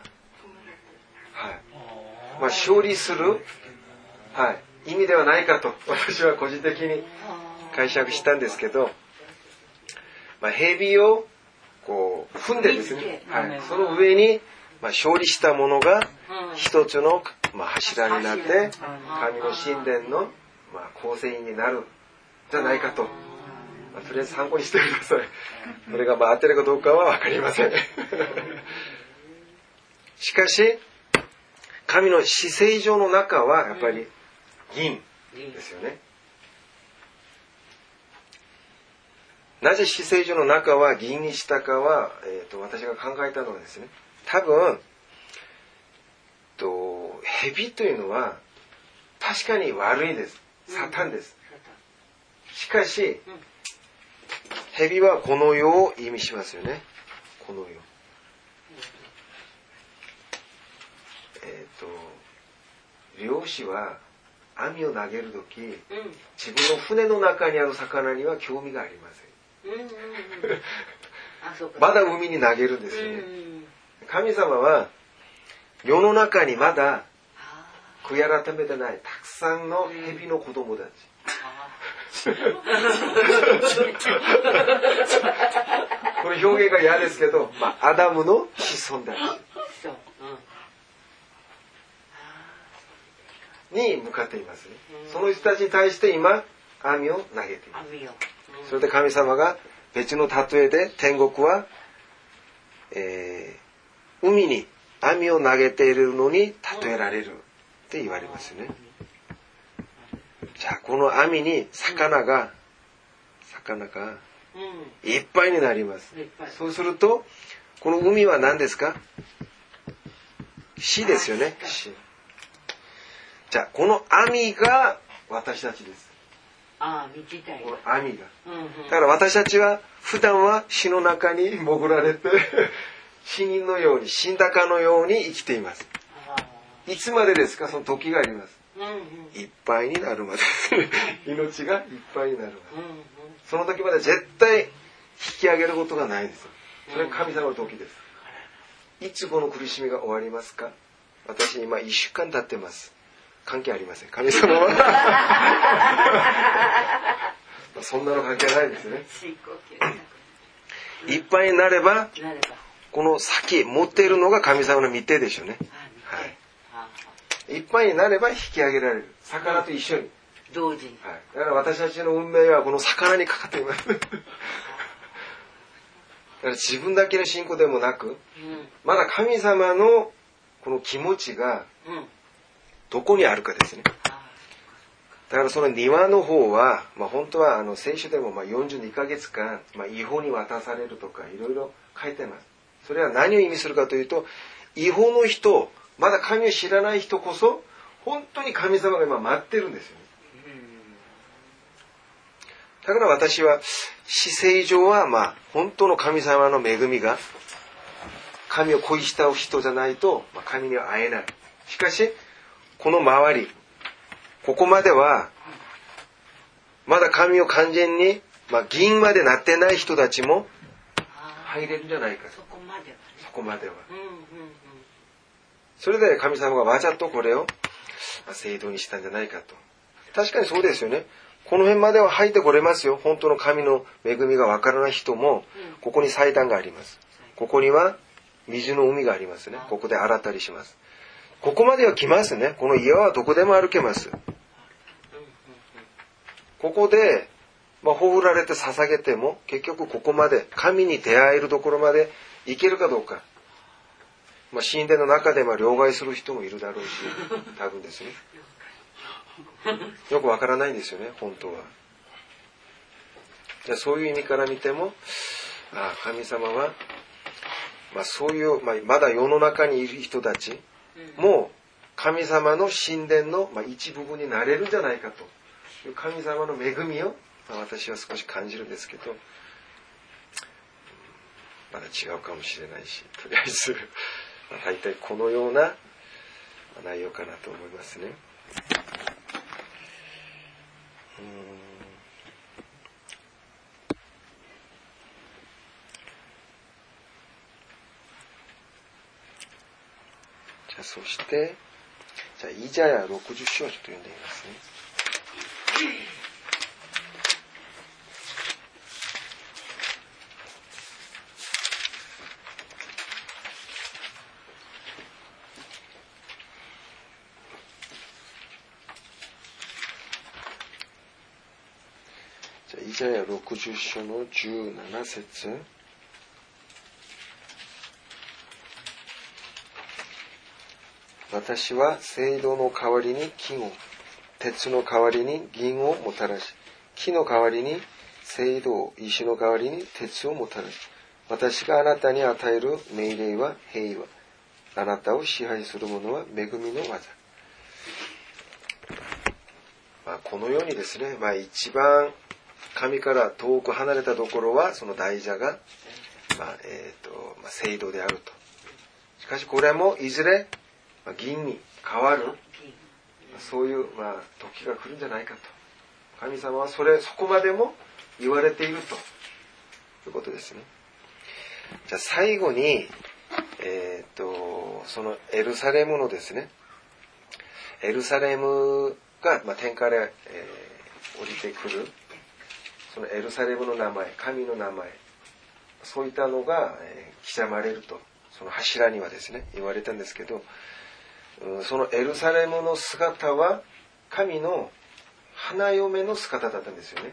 まあ、勝利する、はい、意味ではないかと私は個人的に解釈したんですけど、まあ、蛇をこう踏んでですね、はい、その上に、まあ、勝利したものが一つの、まあ、柱になって神の神殿の、まあ、構成員になるんじゃないかと、まあ、とりあえず参考にしてください。それがまあ合ってるかどうかは分かりません。しかし神の至聖所の中はやっぱり銀ですよね。なぜ至聖所の中は銀にしたかは、えー、と私が考えたのはですね、多分と蛇というのは確かに悪いです。サタンです。しかし蛇はこの世を意味しますよね。この世。えっ、ー、と漁師は網を投げるとき、自分の船の中にある魚には興味がありません。まだ海に投げるんですよね。神様は世の中にまだ悔い改めてないたくさんの蛇の子供たち。この表現が嫌ですけど、まあ、アダムの子孫たちに向かっていますね。その人たちに対して今網を投げています。それで神様が別の例えで天国は、えー、海に網を投げているのに例えられるって言われますね。じゃあこの網に魚が魚がいっぱいになります。そうするとこの海は何ですか？死ですよね。死。じゃあこの網が私たちです。 ああ、道自体。 この網が。だから私たちは普段は死の中に潜られて死人のように死んだかのように生きています。いつまでですか？その時があります。いっぱいになるまで命がいっぱいになるまで、その時まで絶対引き上げることがないんですよ。それが神様の時です。いつこの苦しみが終わりますか？私今いっしゅうかん経ってます。関係ありません。神様はそんなの関係ないですね。いっぱいになればこの先持っているのが神様の御手でしょうね。はい、いっぱいになれば引き上げられる。魚と一緒に同時に、 はい、だから私たちの運命はこの魚にかかっていますだから自分だけの信仰でもなく、うん、まだ神様のこの気持ちがどこにあるかですね。だからその庭の方は、まあ、本当はあの聖書でもまあよんじゅうにかげつかん、まあ、違法に渡されるとかいろいろ書いてます。それは何を意味するかというと、違法の人、まだ神を知らない人こそ本当に神様が今待ってるんですよね。だから私は姿勢上はまあ本当の神様の恵みが、神を恋した人じゃないと神には会えない。しかしこの周り、ここまではまだ神を完全に、まあ、銀までなってない人たちも入れるんじゃないかと。 そこまでは、ね、 そこまでは、 うんうんうん、 それで神様がわざとこれを聖堂にしたんじゃないかと。確かにそうですよね。この辺までは入ってこれますよ。本当の神の恵みがわからない人も、ここに祭壇があります。ここには水の海がありますね。ここで洗ったりします。ここまでは来ますね。この家はどこでも歩けます。ここで、まあ、葬られて捧げても結局ここまで神に出会えるところまで行けるかどうか、まあ、神殿の中でまあ両替する人もいるだろうし、多分ですね、よくわからないんですよね、本当は。じゃあそういう意味から見ても、ああ神様は、まあ、そういう、まあ、まだ世の中にいる人たちも神様の神殿のまあ一部分になれるんじゃないかという神様の恵みを、まあ、私は少し感じるんですけど、まだ違うかもしれないし、とりあえず、まあ、大体このような内容かなと思いますね。うーんじゃあそして、じゃあイザヤろくじゅっ章をちょっと読んでみますね。じゃあイザヤろくじゅっ章のじゅうなな節。私は青銅の代わりに金を、鉄の代わりに銀をもたらし、木の代わりに青銅、石の代わりに鉄をもたらし、私があなたに与える命令は平和、あなたを支配する者は恵みの技。まあ、このようにですね、まあ、一番神から遠く離れたところはその大蛇が、まあえーとまあ、青銅であると。しかしこれもいずれ銀に変わる、そういう、まあ、時が来るんじゃないかと。神様はそれ、そこまでも言われているということですね。じゃあ最後に、えーと、そのエルサレムのですね、エルサレムが、まあ、天から、えー、降りてくる、そのエルサレムの名前、神の名前、そういったのが、えー、刻まれると、その柱にはですね、言われたんですけど、そのエルサレムの姿は神の花嫁の姿だったんですよね。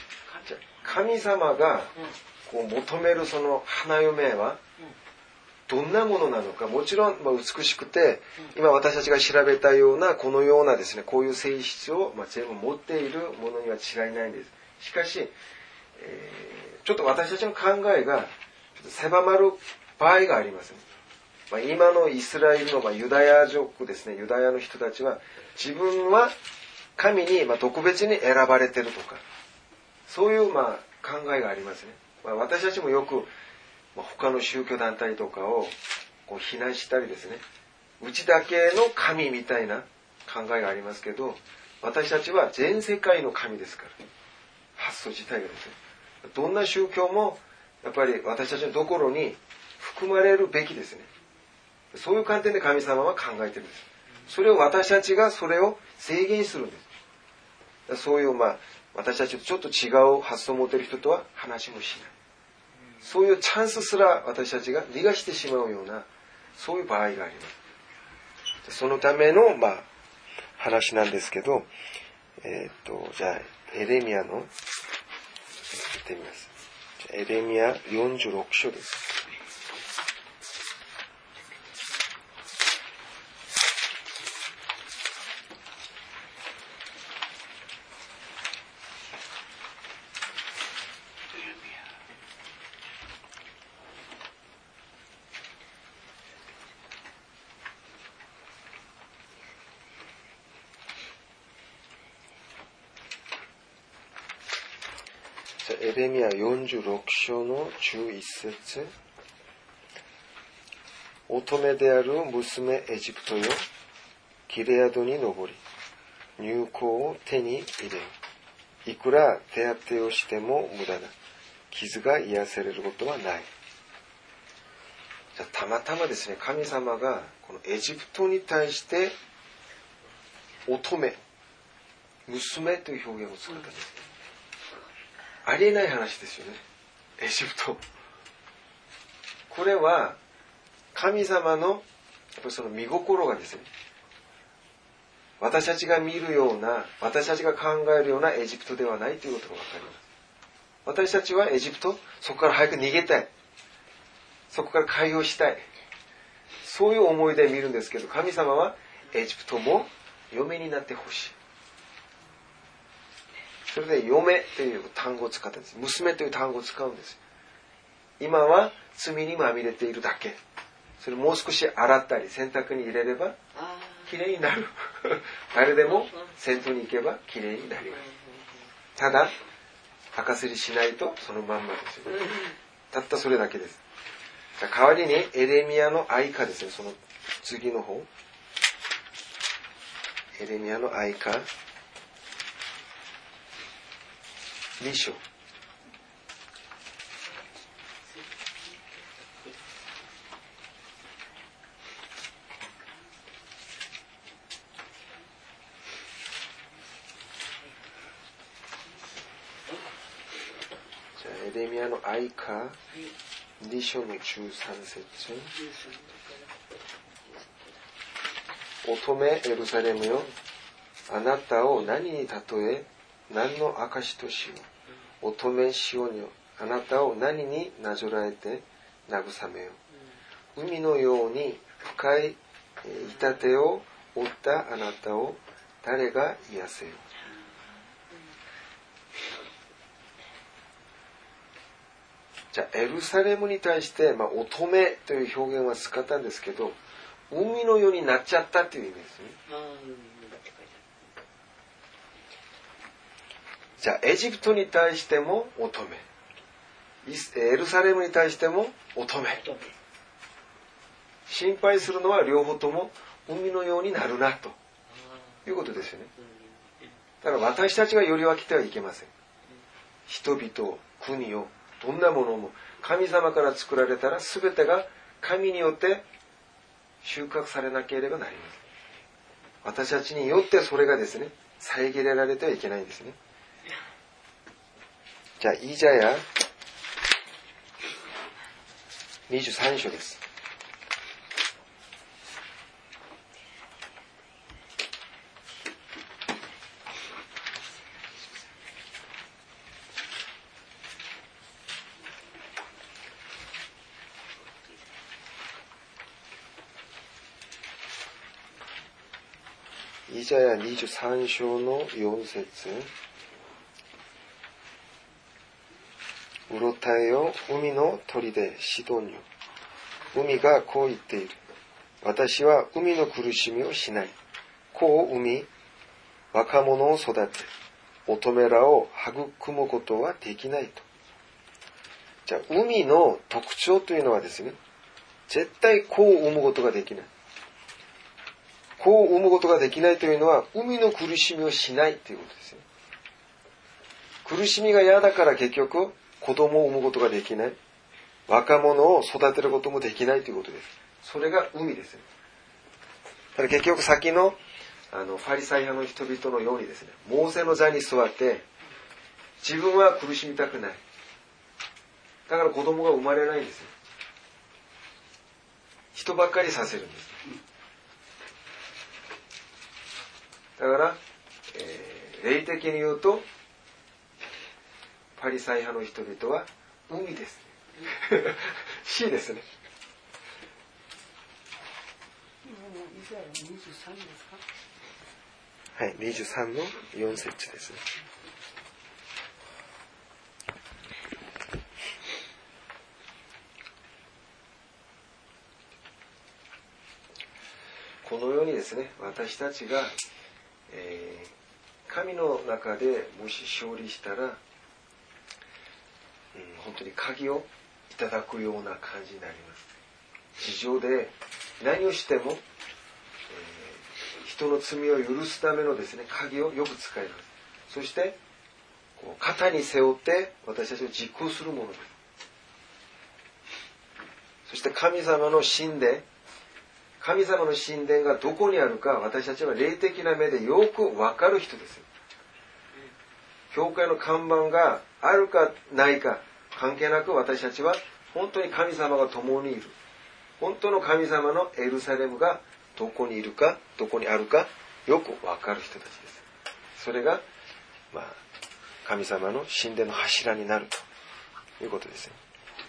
神様がこう求めるその花嫁はどんなものなのか、もちろん、まあ、美しくて、今私たちが調べたようなこのようなですね、こういう性質を、まあ、全部持っているものには違いないんです。しかし、えー、ちょっと私たちの考えがちょっと狭まる場合がありますね。まあ、今のイスラエルの、まあ、ユダヤ族ですね、ユダヤの人たちは自分は神に、まあ、特別に選ばれてるとか、そういう、まあ、考えがありますね。まあ、私たちもよく、まあ、他の宗教団体とかをこう非難したりですね、うちだけの神みたいな考えがありますけど、私たちは全世界の神ですから、発想自体がですね、どんな宗教もやっぱり私たちのところに含まれるべきですね。そういう観点で神様は考えてるんです。それを私たちがそれを制限するんです。そういうまあ私たちとちょっと違う発想を持っている人とは話もしない。そういうチャンスすら私たちが逃がしてしまうような、そういう場合があります。そのためのまあ話なんですけど、えー、っとじゃあエレミヤの見てみます。エレミヤよんじゅうろく章です。エレミヤよんじゅうろく章のじゅういち節。乙女である娘エジプトよ、ギレアドに登り、入香を手に入れよ。いくら手当てをしても無駄だ。傷が癒せれることはない。じゃあたまたまですね、神様がこのエジプトに対して乙女、娘という表現を使ったんです。ありえない話ですよね。エジプト。これは神様のやっぱりその見心がですね、私たちが見るような、私たちが考えるようなエジプトではないということが分かります。私たちはエジプト、そこから早く逃げたい。そこから解放したい。そういう思いで見るんですけど、神様はエジプトも嫁になってほしい。それで嫁という単語を使ったんです。娘という単語を使うんです。今は罪にまみれているだけ。それもう少し洗ったり洗濯に入れればきれいになる。誰でも銭湯に行けばきれいになります。ただ赤すりしないとそのまんまですよね。たったそれだけです。じゃあ代わりにエレミヤの愛歌ですね。その次の方。エレミヤの愛歌に章。じゃあエレミヤの愛歌に章のじゅうさん節。乙女エルサレムよ、あなたを何に例え何の証としよう。乙女シオンよ、あなたを何になぞらえて慰めよう。海のように深い板手を負ったあなたを誰が癒せよう。じゃあエルサレムに対して、まあ、乙女という表現は使ったんですけど、海のようになっちゃったっていう意味ですね。じゃあエジプトに対しても乙女、エルサレムに対しても乙女。心配するのは両方とも海のようになるなということですよね。だから私たちがより分けてはいけません。人々を、国を、どんなものも神様から作られたら全てが神によって収穫されなければなりません。私たちによってそれがですね、遮られてはいけないんですね。じゃあイザヤにじゅうさん章です。 イザヤにじゅうさん章のよん節。うろたえよ海の砦シドニョ。海がこう言っている。私は海の苦しみをしない。こう海、若者を育て、乙女らを育むことはできないと。じゃあ海の特徴というのはですね、絶対子を産むことができない。子を産むことができないというのは、海の苦しみをしないということですよ。苦しみが嫌だから結局、子供を産むことができない。若者を育てることもできないということです。それが海ですよ。だから結局先の、あの、ファリサイ派の人々のようにですね、モーセの座に座って、自分は苦しみたくない。だから子供が生まれないんですよ。人ばっかりさせるんです。だから、えー、霊的に言うと、パリサイ派の人々は海です。C ですね。はい、にじゅうさんのよん節ですね。このようにですね、私たちが、えー、神の中でもし勝利したら、うん、本当に鍵をいただくような感じになります。地上で何をしても、えー、人の罪を許すためのですね、鍵をよく使います。そしてこう肩に背負って私たちを実行するものです。そして神様の神殿、神様の神殿がどこにあるか、私たちは霊的な目でよく分かる人ですよ。教会の看板があるかないか関係なく、私たちは本当に神様が共にいる。本当の神様のエルサレムがどこにいるか、どこにあるか、よく分かる人たちです。それが、まあ、神様の神殿の柱になるということですよ。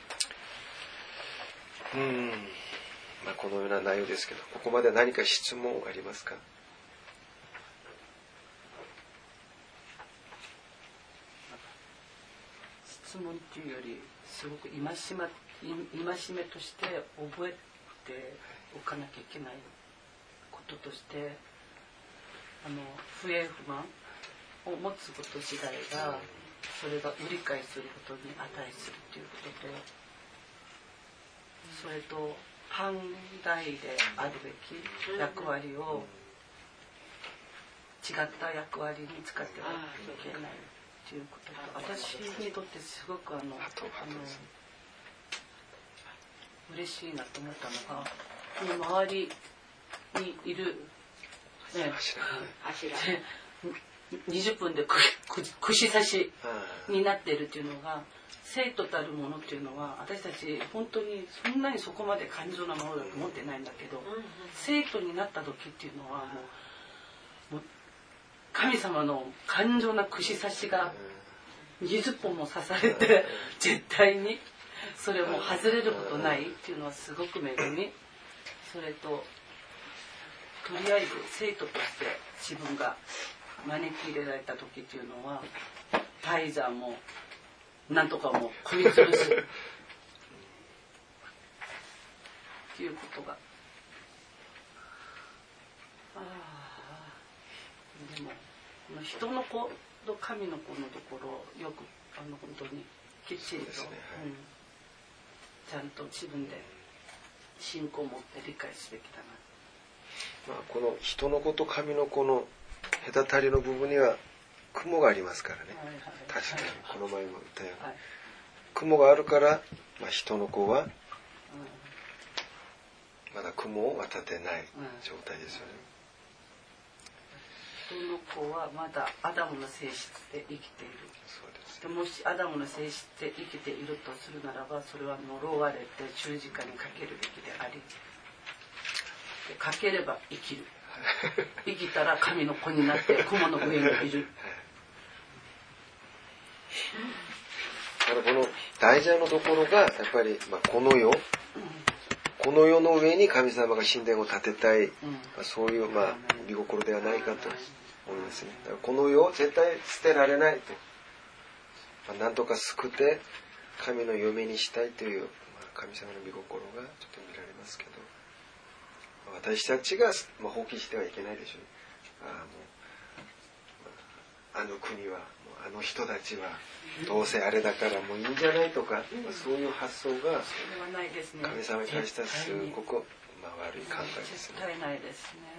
うーん。まあ、このような内容ですけど、ここまで何か質問ありますか？ 質問というより、すごく戒め、戒めとして覚えておかなきゃいけないこととして、あの不平不満を持つこと次第が、それが売り買いすることに値するということと、それと反対であるべき役割を違った役割に使ってはいけないということと、私にとってすごくあのあの嬉しいなと思ったのが、この周りにいる、ね、にじゅっぷんで串刺しになっているというのが、生徒たるものっていうのは、私たち本当にそんなにそこまで感情なものだと思ってないんだけど、生徒になった時っていうのはもう、もう神様の感情な串刺しがにじゅっぽんも刺されて、絶対にそれも外れることないっていうのはすごく恵み。それととりあえず生徒として自分が招き入れられた時っていうのは、大座もなんとかも踏み潰すっていうことが、ああ、でもこの人の子と神の子のところをよくあの本当にきっちりと、ね、はい、うん、ちゃんと自分で信仰を持って理解すべきだな。 まあ、この人の子と神の子の隔たりの部分には雲がありますからね、はいはい、確かにこの前も言ったように、はい、雲があるから、まあ、人の子はまだ雲を渡ってない状態ですよね、 うん、人の子はまだアダムの性質で生きている。 そうです、 でもしアダムの性質で生きているとするならば、それは呪われて十字架にかけるべきであり、でかければ生きる生きたら神の子になって雲の上にいる。だからこの大事なところがやっぱり、まあ、この世、 この世の上に神様が神殿を建てたい、 うんまあ、そういうまあ見心ではないかと思いますね。だからこの世を絶対捨てられないと、まあ、なんとか救って神の嫁にしたいという、まあ、神様の見心がちょっと見られますけど、まあ、私たちが、まあ、放棄してはいけないでしょう。ああもう、まあ、あの国はもうあの人たちはどうせあれだからもういいんじゃないとか、まあ、そういう発想が神様に対してはすごく、まあ、悪い考えですね。 絶対ないですね。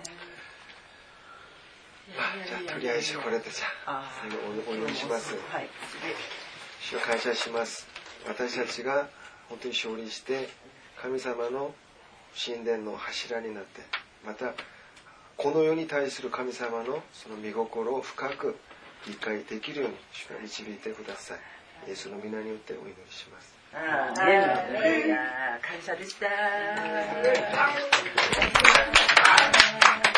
まあ、じゃあとりあえずこれでじゃあ最後お祈りします。 はい。 主を感謝します。私たちが本当に勝利して神様の神殿の柱になって、またこの世に対する神様のその見心を深く理解できるように主が導いてください。イエスの皆によってお祈りします。 ああ、ね、感謝でした。